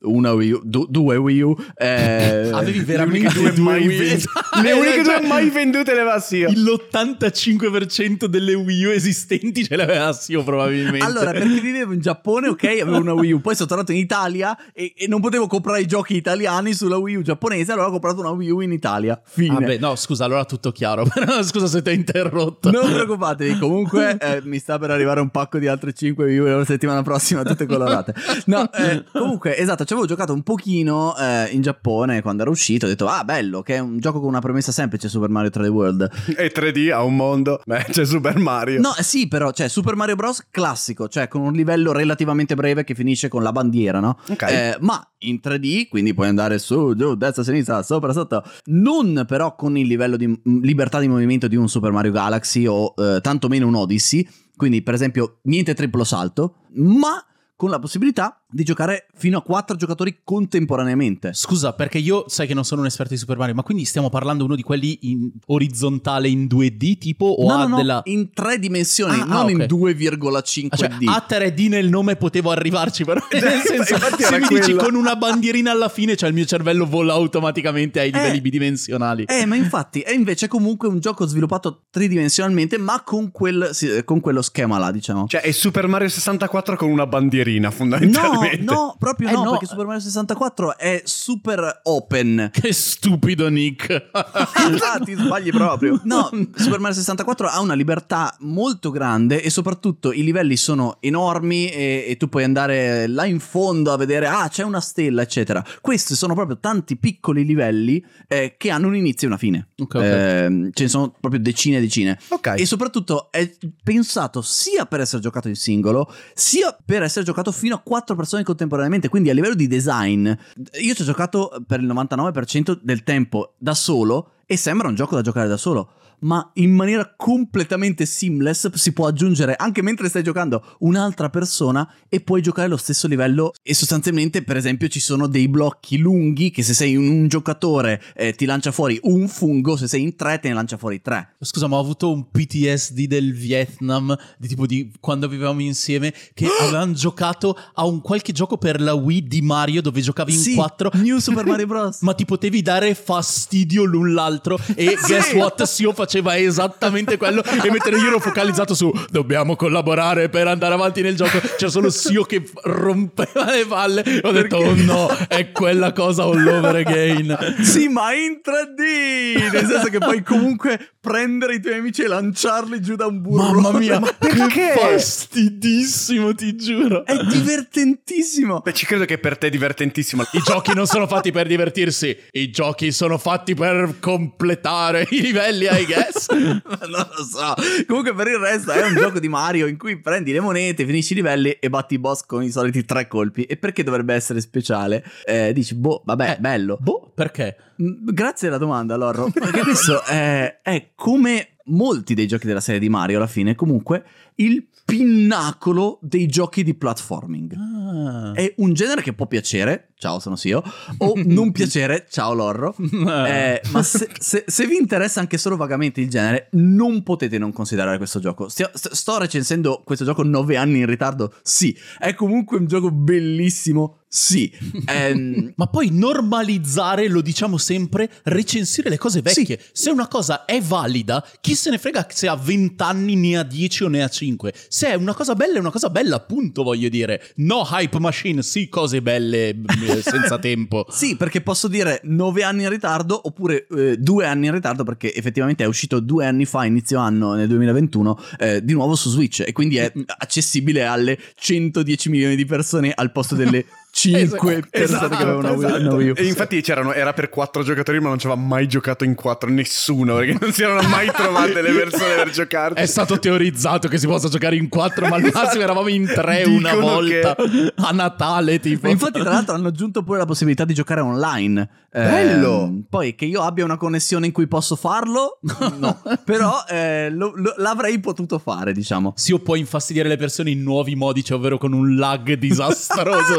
una Wii U, du- due Wii U. Eh, Avevi veramente due due mai Wii U. vendute. Le uniche due mai vendute le avessi io. L'ottantacinque per cento delle Wii U esistenti ce l'avessi io probabilmente. Allora, perché vivevo in Giappone, ok, avevo una Wii U, poi sono tornato in Italia e, e non potevo comprare i giochi italiani sulla Wii U giapponese, allora ho comprato una Wii U in Italia. Fine. Vabbè, no, scusa, allora tutto chiaro. Però scusa se ti ho interrotto. Non preoccupatevi, comunque eh, mi sta per arrivare un pacco di altre cinque Wii U la settimana prossima, tutte colorate. No, eh, comunque, esatto, ci avevo giocato un pochino eh, in Giappone quando era uscito, ho detto, ah, bello, che è un gioco con una premessa semplice, Super Mario tre D World. E tre D ha un mondo. Beh, c'è Super Mario. No, sì, però, cioè, Super Mario Bros. Classico, cioè con un livello relativamente breve che finisce con la bandiera, no? Ok. Eh, ma in tre D, quindi puoi andare su, giù, destra, sinistra, sopra, sotto. Non però con il livello di m- libertà di movimento di un Super Mario Galaxy o eh, tantomeno un Odyssey. Quindi, per esempio, niente triplo salto, ma con la possibilità di giocare fino a quattro giocatori contemporaneamente. Scusa, perché io sai che non sono un esperto di Super Mario, ma quindi stiamo parlando uno di quelli in orizzontale in due D tipo o No, ha no, no, della... in tre dimensioni, Ah, non ah, ok. in due virgola cinque Cioè, D. a tre D nel nome potevo arrivarci, però nel senso, infatti se era mi dici quello. con una bandierina alla fine, cioè il mio cervello vola automaticamente ai livelli Eh. bidimensionali. Eh, ma infatti è invece comunque un gioco sviluppato tridimensionalmente, ma con, quel, sì, con quello schema là, diciamo. Cioè, è Super Mario sessantaquattro con una bandierina, No, fondamentalmente. no, proprio Eh, no, no. perché Super Mario sessantaquattro è super open. Che stupido Nick. Ah, ti sbagli proprio. No, Super Mario sessantaquattro ha una libertà molto grande e soprattutto i livelli sono enormi e, e tu puoi andare là in fondo a vedere, ah, c'è una stella, eccetera. Questi sono proprio tanti piccoli livelli eh, che hanno un inizio e una fine. Ok, ok. Eh, ce ne sono proprio decine e decine. Ok. E soprattutto è pensato sia per essere giocato in singolo, sia per essere giocato fino a quattro persone contemporaneamente. Quindi a livello di design, io ci ho giocato per il novantanove per cento del tempo da solo e sembra un gioco da giocare da solo, ma in maniera completamente seamless si può aggiungere anche mentre stai giocando un'altra persona e puoi giocare allo stesso livello. E sostanzialmente, per esempio, ci sono dei blocchi lunghi che se sei un, un giocatore eh, ti lancia fuori un fungo, se sei in tre te ne lancia fuori tre. Scusa, ma ho avuto un P T S D del Vietnam, di tipo di quando vivevamo insieme, che avevano giocato a un qualche gioco per la Wii di Mario dove giocavi in Sì, quattro. New Super Mario Bros. Ma ti potevi dare fastidio l'un l'altro e Sì. guess what? Sio faceva esattamente quello e mentre io ero focalizzato su dobbiamo collaborare per andare avanti nel gioco, c'era solo Sio che rompeva le palle. Ho detto oh no, è quella cosa all over again. Sì, ma in tre D, nel senso che puoi comunque prendere i tuoi amici e lanciarli giù da un burro. Mamma mia, Ma che fastidissimo, ti giuro. è divertentissimo. Beh, ci credo che per te è divertentissimo. I giochi non sono fatti per divertirsi, i giochi sono fatti per completare i livelli, I guess. Non lo so. Comunque per il resto è un gioco di Mario in cui prendi le monete, finisci i livelli e batti i boss con i soliti tre colpi. E perché dovrebbe essere speciale? Eh, dici, boh, vabbè, Eh, bello. Boh, perché? Mm, Grazie alla domanda, Lorro. Perché questo è, è come molti dei giochi della serie di Mario alla fine, comunque il pinnacolo dei giochi di platforming. Ah. È un genere che può piacere, ciao sono Sio, o non piacere, ciao Lorro. Eh, ma se, se- se vi interessa anche solo vagamente il genere, non potete non considerare questo gioco. Stia- st- sto recensendo questo gioco nove anni in ritardo, sì. È comunque un gioco bellissimo, sì. Ehm, Ma poi normalizzare, lo diciamo sempre, recensire le cose vecchie. Se una cosa è valida, chi se ne frega se ha venti anni, ne ha dieci o ne ha cinque. Se è una cosa bella, è una cosa bella, appunto, voglio dire. No hype machine, sì, cose belle eh, senza tempo. Sì, perché posso dire nove anni in ritardo oppure eh, due anni in ritardo, perché effettivamente è uscito due anni fa, inizio anno, nel duemilaventuno, eh, di nuovo su Switch e quindi è accessibile alle centodieci milioni di persone al posto delle cinque Esatto, persone che avevano una Wii- esatto. una Wii U. E infatti c'erano, era per quattro giocatori, ma non ci aveva mai giocato in quattro nessuno, perché non si erano mai trovate le persone per giocarci. È stato teorizzato che si possa giocare in quattro, ma al massimo eravamo in tre una Dicono volta a Natale, tipo. Ma infatti, tra l'altro, hanno aggiunto pure la possibilità di giocare online. Bello! Ehm, poi che io abbia una connessione in cui posso farlo, no. Però eh, lo- lo- l'avrei potuto fare, diciamo. Si può infastidire le persone in nuovi modi, cioè ovvero con un lag disastroso, tipo.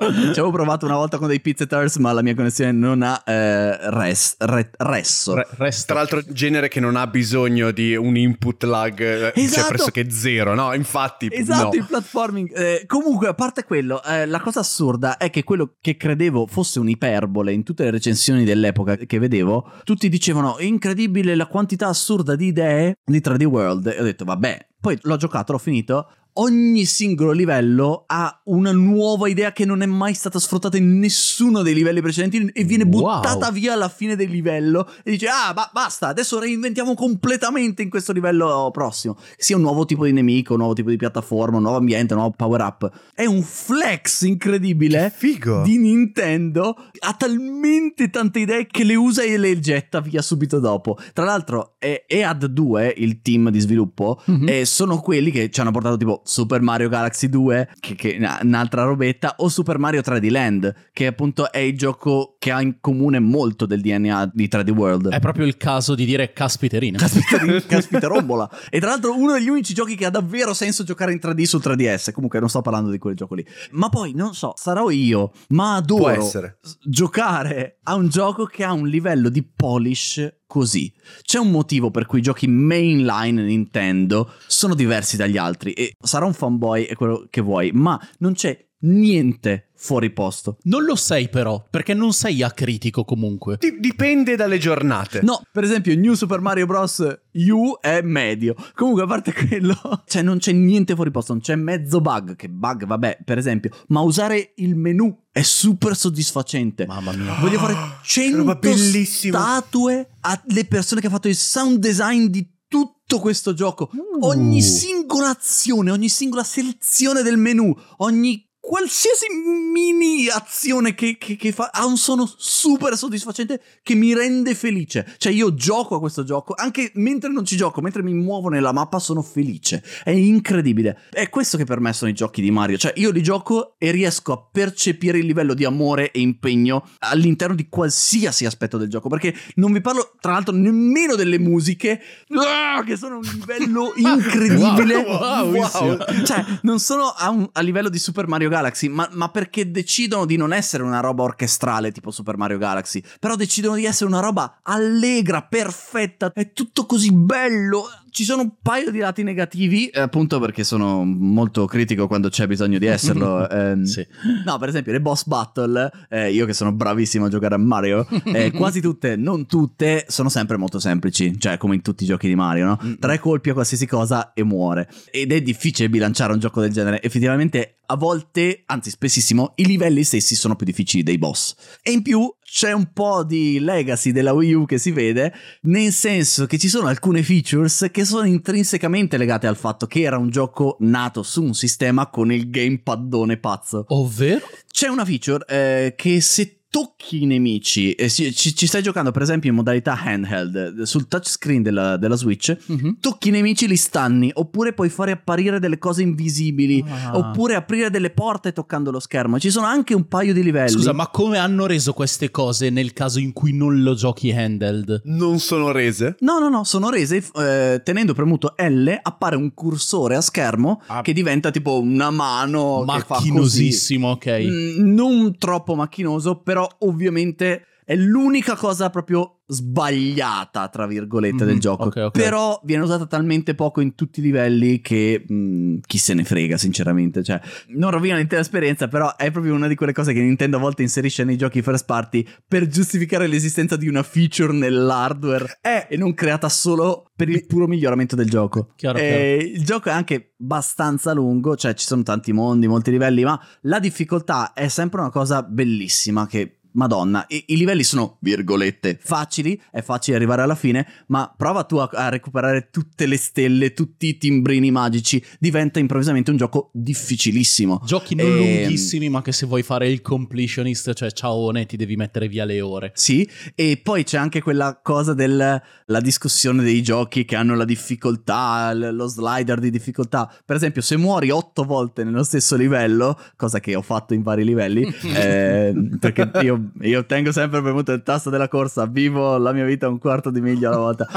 Ci avevo provato una volta con dei pizzeters, ma la mia connessione non ha eh, res, re, resso. Re, resto. Tra l'altro genere che non ha bisogno di un input lag, Esatto. cioè pressoché zero, no? Infatti Esatto, no. il platforming. Eh, comunque, a parte quello, eh, la cosa assurda è che quello che credevo fosse un'iperbole in tutte le recensioni dell'epoca che vedevo, tutti dicevano incredibile la quantità assurda di idee di tre D World. E ho detto vabbè, poi l'ho giocato, l'ho finito. Ogni singolo livello ha una nuova idea che non è mai stata sfruttata in nessuno dei livelli precedenti e viene buttata Wow. via alla fine del livello e dice ah ba- basta, adesso reinventiamo completamente in questo livello prossimo, che sia un nuovo tipo di nemico, un nuovo tipo di piattaforma, un nuovo ambiente, un nuovo power up. È un flex incredibile. Che figo. Di Nintendo, ha talmente tante idee che le usa e le getta via subito dopo. Tra l'altro E A D due, il team di sviluppo, Mhm. eh, sono quelli che ci hanno portato tipo Super Mario Galaxy due, che, che è un'altra robetta, o Super Mario tre D Land, che appunto è il gioco che ha in comune molto del D N A di tre D World. È proprio il caso di dire caspiterina. Caspita, caspita rombola. E tra l'altro uno degli unici giochi che ha davvero senso giocare in tre D sul tre D S. Comunque non sto parlando di quel gioco lì. Ma poi non so, sarò io, ma adoro Può essere. s- giocare a un gioco che ha un livello di polish così. C'è un motivo per cui i giochi mainline Nintendo sono diversi dagli altri. E sarà un fanboy e quello che vuoi, ma non c'è niente fuori posto. Non lo sei però, perché non sei acritico comunque. Di- dipende dalle giornate. No, per esempio New Super Mario Bros. U è medio. Comunque a parte quello, cioè non c'è niente fuori posto, non c'è mezzo bug. Che bug, vabbè, per esempio. Ma usare il menu è super soddisfacente. Mamma mia. Voglio fare roba cento bellissima. statue alle persone che hanno fatto il sound design di tutto questo gioco. Uh. Ogni singola azione, ogni singola selezione del menu, ogni qualsiasi mini azione che, che, che fa ha un suono super soddisfacente che mi rende felice. Cioè io gioco a questo gioco anche mentre non ci gioco, mentre mi muovo nella mappa sono felice. È incredibile. È questo che per me sono i giochi di Mario. Cioè io li gioco e riesco a percepire il livello di amore e impegno all'interno di qualsiasi aspetto del gioco, perché non vi parlo tra l'altro nemmeno delle musiche, ah, che sono a un livello incredibile. Wow, wow, Cioè non sono a, un, a livello di Super Mario Galaxy, ma, ma perché decidono di non essere una roba orchestrale tipo Super Mario Galaxy, però decidono di essere una roba allegra, perfetta, è tutto così bello. Ci sono un paio di lati negativi, eh, appunto perché sono molto critico quando c'è bisogno di esserlo. ehm. Sì. No, per esempio le boss battle, eh, io che sono bravissimo a giocare a Mario, eh, quasi tutte, non tutte, sono sempre molto semplici, cioè come in tutti i giochi di Mario, no? Tre colpi a qualsiasi cosa e muore. Ed è difficile bilanciare un gioco del genere. Effettivamente a volte, anzi spessissimo, i livelli stessi sono più difficili dei boss. E in più c'è un po' di legacy della Wii U che si vede, nel senso che ci sono alcune features che sono intrinsecamente legate al fatto che era un gioco nato su un sistema con il gamepaddone pazzo. Ovvero? C'è una feature eh, che se tocchi i nemici, eh, ci, ci stai giocando per esempio in modalità handheld sul touchscreen della, della Switch, Mm-hmm. tocchi i nemici, li stanni, oppure puoi fare apparire delle cose invisibili, Ah. oppure aprire delle porte toccando lo schermo. Ci sono anche un paio di livelli. Scusa, ma come hanno reso queste cose nel caso in cui non lo giochi handheld? Non sono rese? No, no, no, sono rese eh, tenendo premuto L appare un cursore a schermo Ah. che diventa tipo una mano che fa così. Macchinosissimo, ok. Mm, non troppo macchinoso, però ovviamente è l'unica cosa proprio sbagliata tra virgolette Mhm, del gioco. ok, ok. Però viene usata talmente poco in tutti i livelli che mh, chi se ne frega sinceramente, cioè non rovina l'intera esperienza, però è proprio una di quelle cose che Nintendo a volte inserisce nei giochi first party per giustificare l'esistenza di una feature nell'hardware Eh, e non creata solo per il puro miglioramento del gioco. Chiaro, E il gioco è anche abbastanza lungo, cioè ci sono tanti mondi, molti livelli, ma la difficoltà è sempre una cosa bellissima che Madonna, i, i livelli sono, virgolette, facili, è facile arrivare alla fine, ma prova tu a, a recuperare tutte le stelle, tutti i timbrini magici, diventa improvvisamente un gioco difficilissimo. Giochi non Ehm, lunghissimi, ma che se vuoi fare il completionist, cioè ciaone, ti devi mettere via le ore. Sì, e poi c'è anche quella cosa della discussione dei giochi che hanno la difficoltà, l- lo slider di difficoltà. Per esempio, se muori otto volte nello stesso livello, cosa che ho fatto in vari livelli, eh, perché io, io tengo sempre premuto il tasto della corsa, vivo la mia vita un quarto di miglio alla volta. Ah,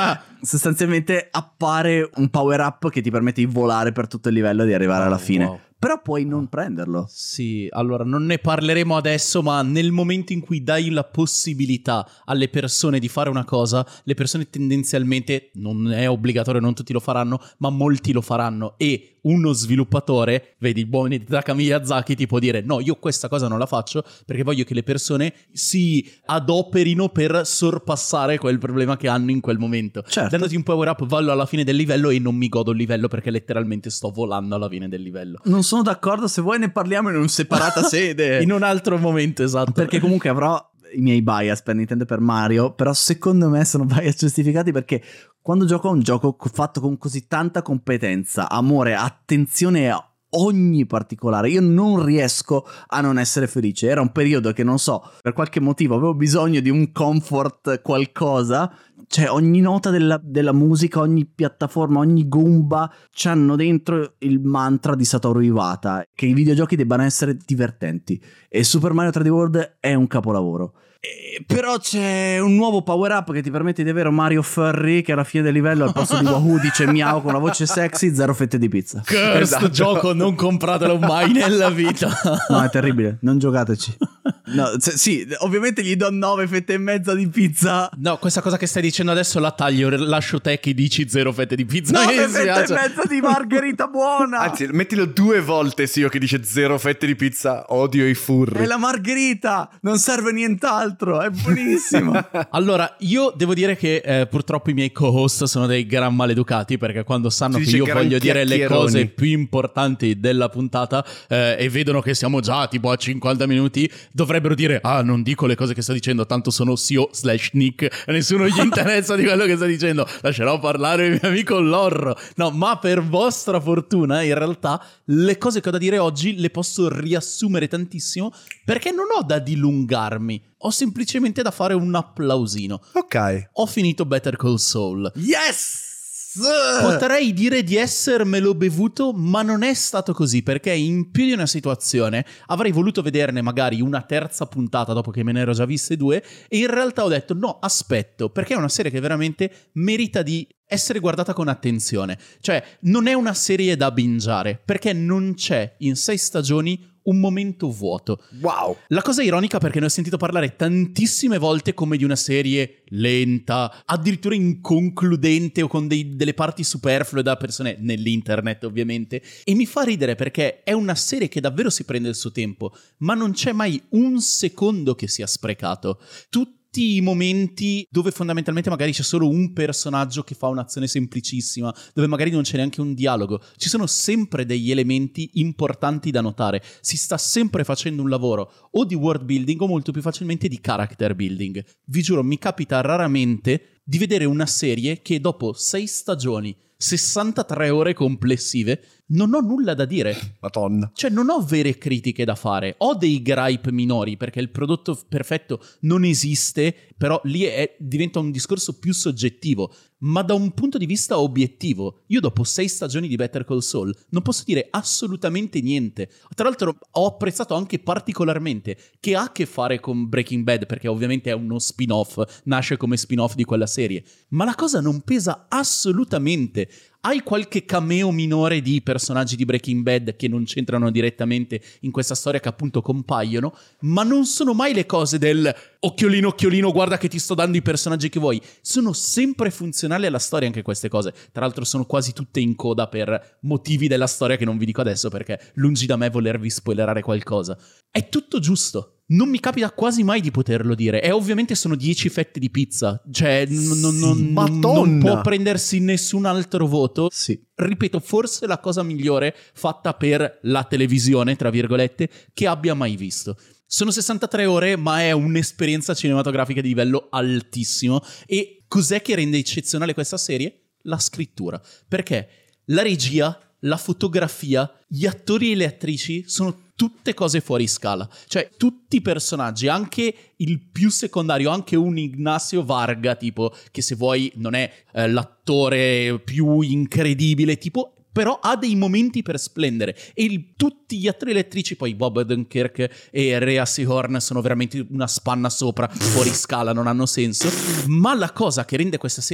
sostanzialmente appare un power up che ti permette di volare per tutto il livello e di arrivare Oh, alla fine. wow. Però puoi non prenderlo. Sì, allora non ne parleremo adesso, ma nel momento in cui dai la possibilità alle persone di fare una cosa, le persone tendenzialmente, non è obbligatorio, non tutti lo faranno, ma molti lo faranno. E uno sviluppatore, vedi il buon Hidetaka Miyazaki, ti può dire no, io questa cosa non la faccio perché voglio che le persone si adoperino per sorpassare quel problema che hanno in quel momento. Certo. Dandoti un power up, vallo alla fine del livello e non mi godo il livello perché letteralmente sto volando alla fine del livello. Non sono d'accordo, se vuoi ne parliamo in una separata sede. In un altro momento, esatto. Perché comunque avrò i miei bias per Nintendo e per Mario, però secondo me sono bias giustificati perché quando gioco a un gioco fatto con così tanta competenza, amore, attenzione a ogni particolare, io non riesco a non essere felice. Era un periodo che non so, per qualche motivo avevo bisogno di un comfort qualcosa. Cioè ogni nota della, della musica, ogni piattaforma, ogni Goomba c'hanno dentro il mantra di Satoru Iwata, che i videogiochi debbano essere divertenti, e Super Mario tre D World è un capolavoro. E, però c'è un nuovo power up che ti permette di avere un Mario Furry che alla fine del livello al posto di Wahoo dice miau con una voce sexy, zero fette di pizza. Questo Esatto. gioco non compratelo mai nella vita. No, è terribile, non giocateci. No, se- sì, ovviamente gli do nove fette e mezza di pizza. No, questa cosa che stai dicendo adesso la taglio, lascio te che dici zero fette di pizza. Mi nove fette dispiace. e mezza di margherita buona. Anzi, mettilo due volte sì, io che dice zero fette di pizza, odio i furri. È la margherita, non serve nient'altro, è buonissima. Allora, io devo dire che eh, purtroppo i miei co-host sono dei gran maleducati perché quando sanno Si che dice io gran voglio dire le chiacchieroni. cose più importanti della puntata eh, e vedono che siamo già tipo a cinquanta minuti, dovrebbero dire ah, non dico le cose che sto dicendo, tanto sono C E O slash Nick, a nessuno gli interessa di quello che sto dicendo, lascerò parlare il mio amico Lorro. No, ma per vostra fortuna in realtà le cose che ho da dire oggi le posso riassumere tantissimo perché non ho da dilungarmi, ho semplicemente da fare un applausino. Ok. Ho finito Better Call Saul. Yes! Potrei dire di essermelo bevuto, ma non è stato così, perché in più di una situazione avrei voluto vederne magari una terza puntata dopo che me ne ero già viste due, e in realtà ho detto no, aspetto, perché è una serie che veramente merita di essere guardata con attenzione. Cioè, non è una serie da bingiare, perché non c'è in sei stagioni un momento vuoto. Wow. La cosa è ironica perché ne ho sentito parlare tantissime volte come di una serie lenta, addirittura inconcludente o con dei, delle parti superflue da persone nell'internet ovviamente, e mi fa ridere perché è una serie che davvero si prende il suo tempo, ma non c'è mai un secondo che sia sprecato. Tutti i momenti dove fondamentalmente magari c'è solo un personaggio che fa un'azione semplicissima, dove magari non c'è neanche un dialogo, ci sono sempre degli elementi importanti da notare, si sta sempre facendo un lavoro o di world building o molto più facilmente di character building. Vi giuro, mi capita raramente di vedere una serie che dopo sei stagioni, sessantatré ore complessive, non ho nulla da dire. Madonna. Cioè non ho vere critiche da fare, ho dei gripe minori perché il prodotto perfetto non esiste, però lì è, diventa un discorso più soggettivo, ma da un punto di vista obiettivo io dopo sei stagioni di Better Call Saul non posso dire assolutamente niente. Tra l'altro ho apprezzato anche particolarmente che ha a che fare con Breaking Bad, perché ovviamente è uno spin-off, nasce come spin-off di quella serie, ma la cosa non pesa assolutamente. Hai qualche cameo minore di personaggi di Breaking Bad che non c'entrano direttamente in questa storia, che appunto compaiono, ma non sono mai le cose del occhiolino occhiolino guarda che ti sto dando i personaggi che vuoi. Sono sempre funzionali alla storia anche queste cose. Tra l'altro sono quasi tutte in coda per motivi della storia che non vi dico adesso perché lungi da me volervi spoilerare qualcosa. È tutto giusto. Non mi capita quasi mai di poterlo dire. E ovviamente sono dieci fette di pizza. Cioè, n- n- non, non può prendersi nessun altro voto. Sì. Ripeto, forse la cosa migliore fatta per la televisione, tra virgolette, che abbia mai visto. Sono sessantatré ore, ma è un'esperienza cinematografica di livello altissimo. E cos'è che rende eccezionale questa serie? La scrittura. Perché la regia, la fotografia, gli attori e le attrici sono tutte cose fuori scala. Cioè, tutti i personaggi, anche il più secondario, anche un Ignacio Varga, tipo, che se vuoi non è eh, l'attore più incredibile, tipo, però ha dei momenti per splendere. E il, tutti gli attori e le attrici, poi Bob Odenkirk e Rhea Seehorn sono veramente una spanna sopra, fuori scala, non hanno senso. Ma la cosa che rende questa serie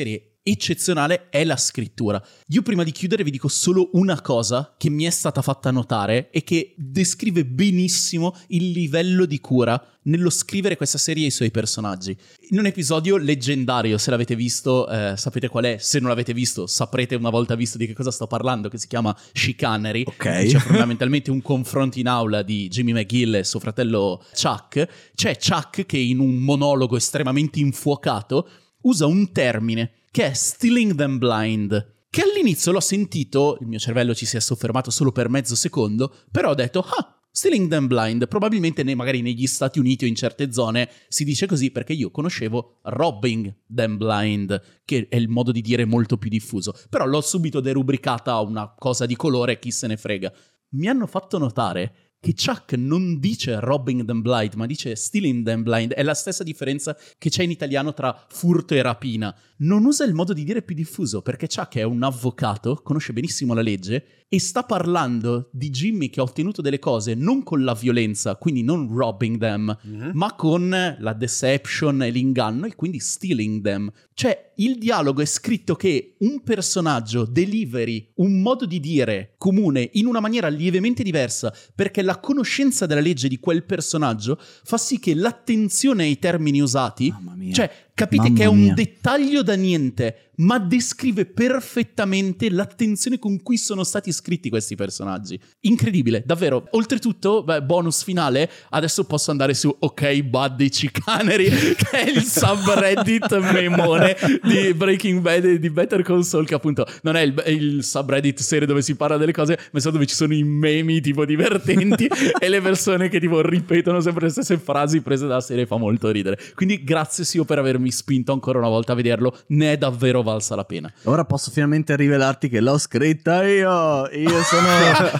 eccezionale è la scrittura. Io prima di chiudere vi dico solo una cosa che mi è stata fatta notare e che descrive benissimo il livello di cura nello scrivere questa serie e i suoi personaggi. In un episodio leggendario, se l'avete visto, eh, sapete qual è. Se non l'avete visto, saprete una volta visto di che cosa sto parlando, che si chiama Chicanery. Ok. C'è fondamentalmente un confronto in aula di Jimmy McGill e suo fratello Chuck. C'è Chuck che in un monologo estremamente infuocato usa un termine che è stealing them blind, che all'inizio l'ho sentito, il mio cervello ci si è soffermato solo per mezzo secondo, però ho detto, ah, stealing them blind, probabilmente ne, magari negli Stati Uniti o in certe zone si dice così perché io conoscevo robbing them blind, che è il modo di dire molto più diffuso, però l'ho subito derubricata a una cosa di colore, chi se ne frega. Mi hanno fatto notare che Chuck non dice robbing them blind, ma dice stealing them blind. È la stessa differenza che c'è in italiano tra furto e rapina. Non usa il modo di dire più diffuso, perché Chuck è un avvocato, conosce benissimo la legge, e sta parlando di Jimmy che ha ottenuto delle cose non con la violenza, quindi non robbing them, mm-hmm. ma con la deception e l'inganno, e quindi stealing them. Cioè, il dialogo è scritto che un personaggio deliveri un modo di dire comune in una maniera lievemente diversa, perché la conoscenza della legge di quel personaggio fa sì che l'attenzione ai termini usati, Mamma mia. cioè capite Mamma che è un mia. dettaglio da niente, ma descrive perfettamente l'attenzione con cui sono stati scritti questi personaggi. Incredibile, davvero. Oltretutto, beh, bonus finale, adesso posso andare su Ok Buddy Chicanery, che è il subreddit memone di Breaking Bad e di Better Call Saul, che appunto non è il, il subreddit serie dove si parla delle cose, ma è dove ci sono i memi tipo divertenti e le persone che tipo ripetono sempre le stesse frasi prese dalla serie, fa molto ridere. Quindi grazie Sio per avermi spinto ancora una volta a vederlo, ne è davvero valsa la pena. Ora posso finalmente rivelarti che l'ho scritta io. Io sono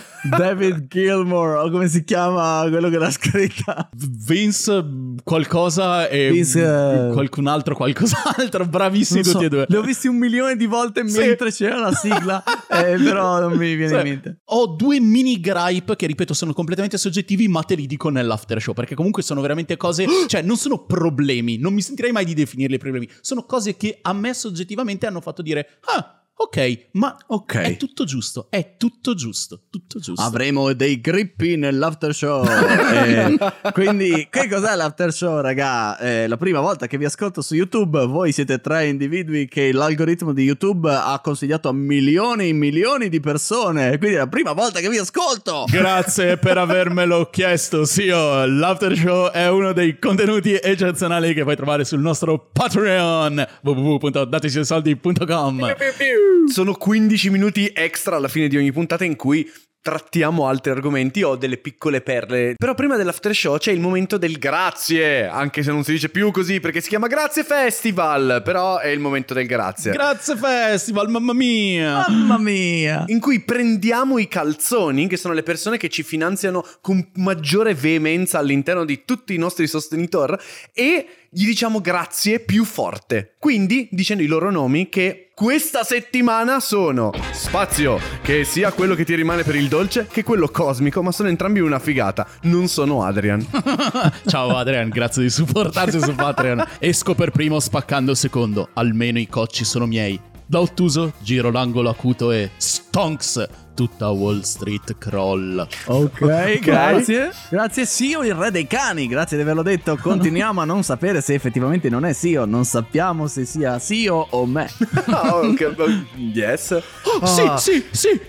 David Gilmour, o come si chiama quello che l'ha scritta? Vince qualcosa e Vince, uh... qualcun altro qualcos'altro. Bravissimi so, tutti e due. Li ho visti un milione di volte sì. mentre c'era la sigla, eh, però non mi viene sì. in mente. Ho due mini gripe che, ripeto, sono completamente soggettivi, ma te li dico nell'after show, perché comunque sono veramente cose, cioè non sono problemi, non mi sentirei mai di definirli problemi, sono cose che a me soggettivamente hanno fatto dire ah, ok, ma okay. è tutto giusto, è tutto giusto, tutto giusto. Avremo dei grippi nell'after show. eh, quindi, che cos'è l'after show, raga? Eh, la prima volta che vi ascolto su YouTube, voi siete tre individui che l'algoritmo di YouTube ha consigliato a milioni e milioni di persone. Quindi è la prima volta che vi ascolto. Grazie per avermelo chiesto, Sio. L'after show è uno dei contenuti eccezionali che puoi trovare sul nostro Patreon, w w w punto datecisoldi punto com. Sono quindici minuti extra alla fine di ogni puntata in cui trattiamo altri argomenti o delle piccole perle. Però prima dell'after show c'è il momento del grazie, anche se non si dice più così perché si chiama Grazie Festival, però è il momento del grazie. Grazie Festival, mamma mia. Mamma mia. In cui prendiamo i calzoni, che sono le persone che ci finanziano con maggiore veemenza all'interno di tutti i nostri sostenitori, e gli diciamo grazie più forte. Quindi dicendo i loro nomi, che questa settimana sono Spazio, che sia quello che ti rimane per il dolce che quello cosmico, ma sono entrambi una figata. Non sono Adrian. Ciao Adrian, grazie di supportarci su Patreon. Esco per primo spaccando secondo, almeno i cocci sono miei. Da ottuso giro l'angolo acuto e stonks, tutta Wall Street croll. Ok, okay. Grazie. Grazie Sio, il re dei cani. Grazie di averlo detto. Continuiamo a non sapere se effettivamente non è Sio. Non sappiamo se sia Sio o me. Oh, okay. Yes. Oh, oh. Sì, sì, sì.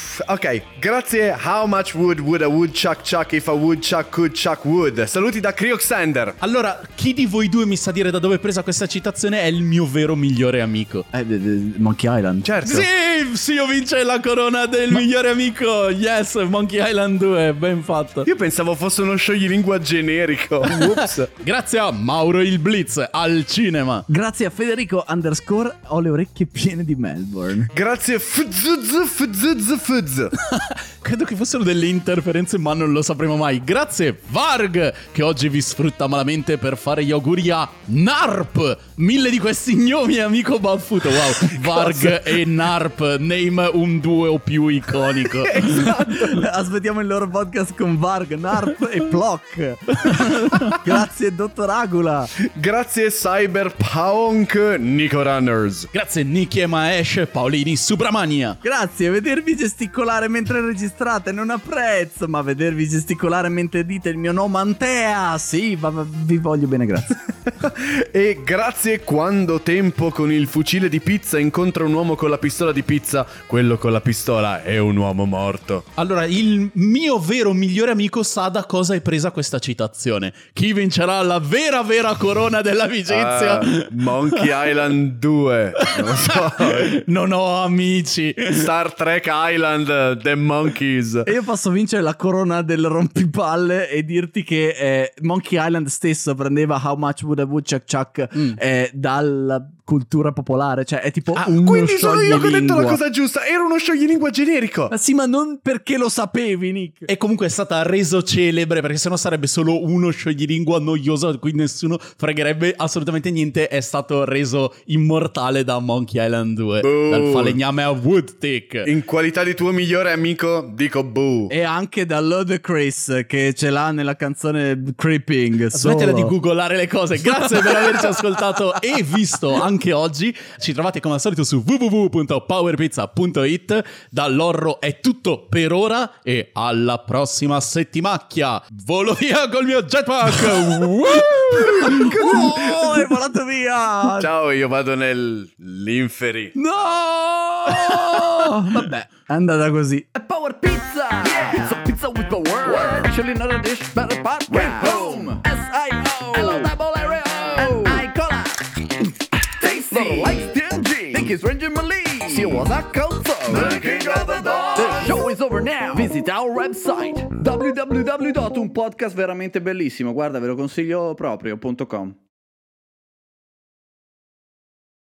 Ok, grazie. How much wood would a woodchuck chuck if a woodchuck could chuck wood? Saluti da Cryoxander. Allora, chi di voi due mi sa dire da dove è presa questa citazione è il mio vero migliore amico? Eh, Monkey Island. Certo. Sì, sì, io vince la corona del Ma... migliore amico. Yes, Monkey Island due, ben fatto. Io pensavo fosse uno scioglilingua generico. Ups. Grazie a Mauro il Blitz al cinema. Grazie a Federico underscore ho le orecchie piene di Melbourne. Grazie Fzz Fzz Fzz. credo che fossero delle interferenze, ma non lo sapremo mai. Grazie Varg, che oggi vi sfrutta malamente per fare gli auguri a Narp. Mille di questi gnomi, amico Baffuto. Wow, Varg e Narp, name un duo o più iconico. Esatto. Aspettiamo il loro podcast con Varg, Narp e Plock. Grazie dottor Agula. Grazie Cyberpunk Nico Runners. Grazie Nicky e Maesh Paolini Subramania. Grazie, vedervi gesticolare mentre registrate non ha prezzo, ma vedervi gesticolare mentre dite il mio nome Antea, sì, va, va, vi voglio bene, grazie. E grazie quando tempo con il fucile di pizza incontra un uomo con la pistola di pizza, quello con la pistola è un uomo morto. Allora, il mio vero migliore amico sa da cosa è presa questa citazione. Chi vincerà la vera vera corona dell'amicizia? Uh, Monkey Island due. Non lo so. Non ho amici. Star Trek Island, The Monkeys. E io posso vincere la corona del rompipalle e dirti che eh, Monkey Island stesso prendeva How Much Would a Woodchuck Chuck mm. eh, dalla cultura popolare, cioè è tipo ah, uno quindi sono io che ho detto la scioglilingua. cosa giusta, era uno scioglilingua generico. Ma sì, ma non perché lo sapevi, Nick. E comunque è stata reso celebre, perché sennò sarebbe solo uno scioglilingua noioso a cui nessuno fregherebbe assolutamente niente. È stato reso immortale da Monkey Island due, Boo. dal falegname a Woodtick. In qualità di tuo migliore amico dico boo. E anche da Ludacris, che ce l'ha nella canzone Creeping. Smettila solo. di googolare le cose. Grazie per averci ascoltato e visto anche oggi. Ci trovate come al solito su w w w punto powerpizza punto it. Dall'orro è tutto per ora e alla prossima settimacchia. Volo via col mio jetpack. Oh, è volato via. Ciao, io vado nell'inferi. No. Vabbè, è andata così. Power Pizza! Yeah! It's a pizza with power! Word. Actually not a dish, but a podcast! With whom? S I O! Hello, double area! And I cola! Tasty! Little like stingy! Think he's Ranger Malee! She was a cold soul! The king of the dog! The show is over now! Visit our website! w w w punto un podcast veramente bellissimo, guarda, ve lo consiglio proprio punto com.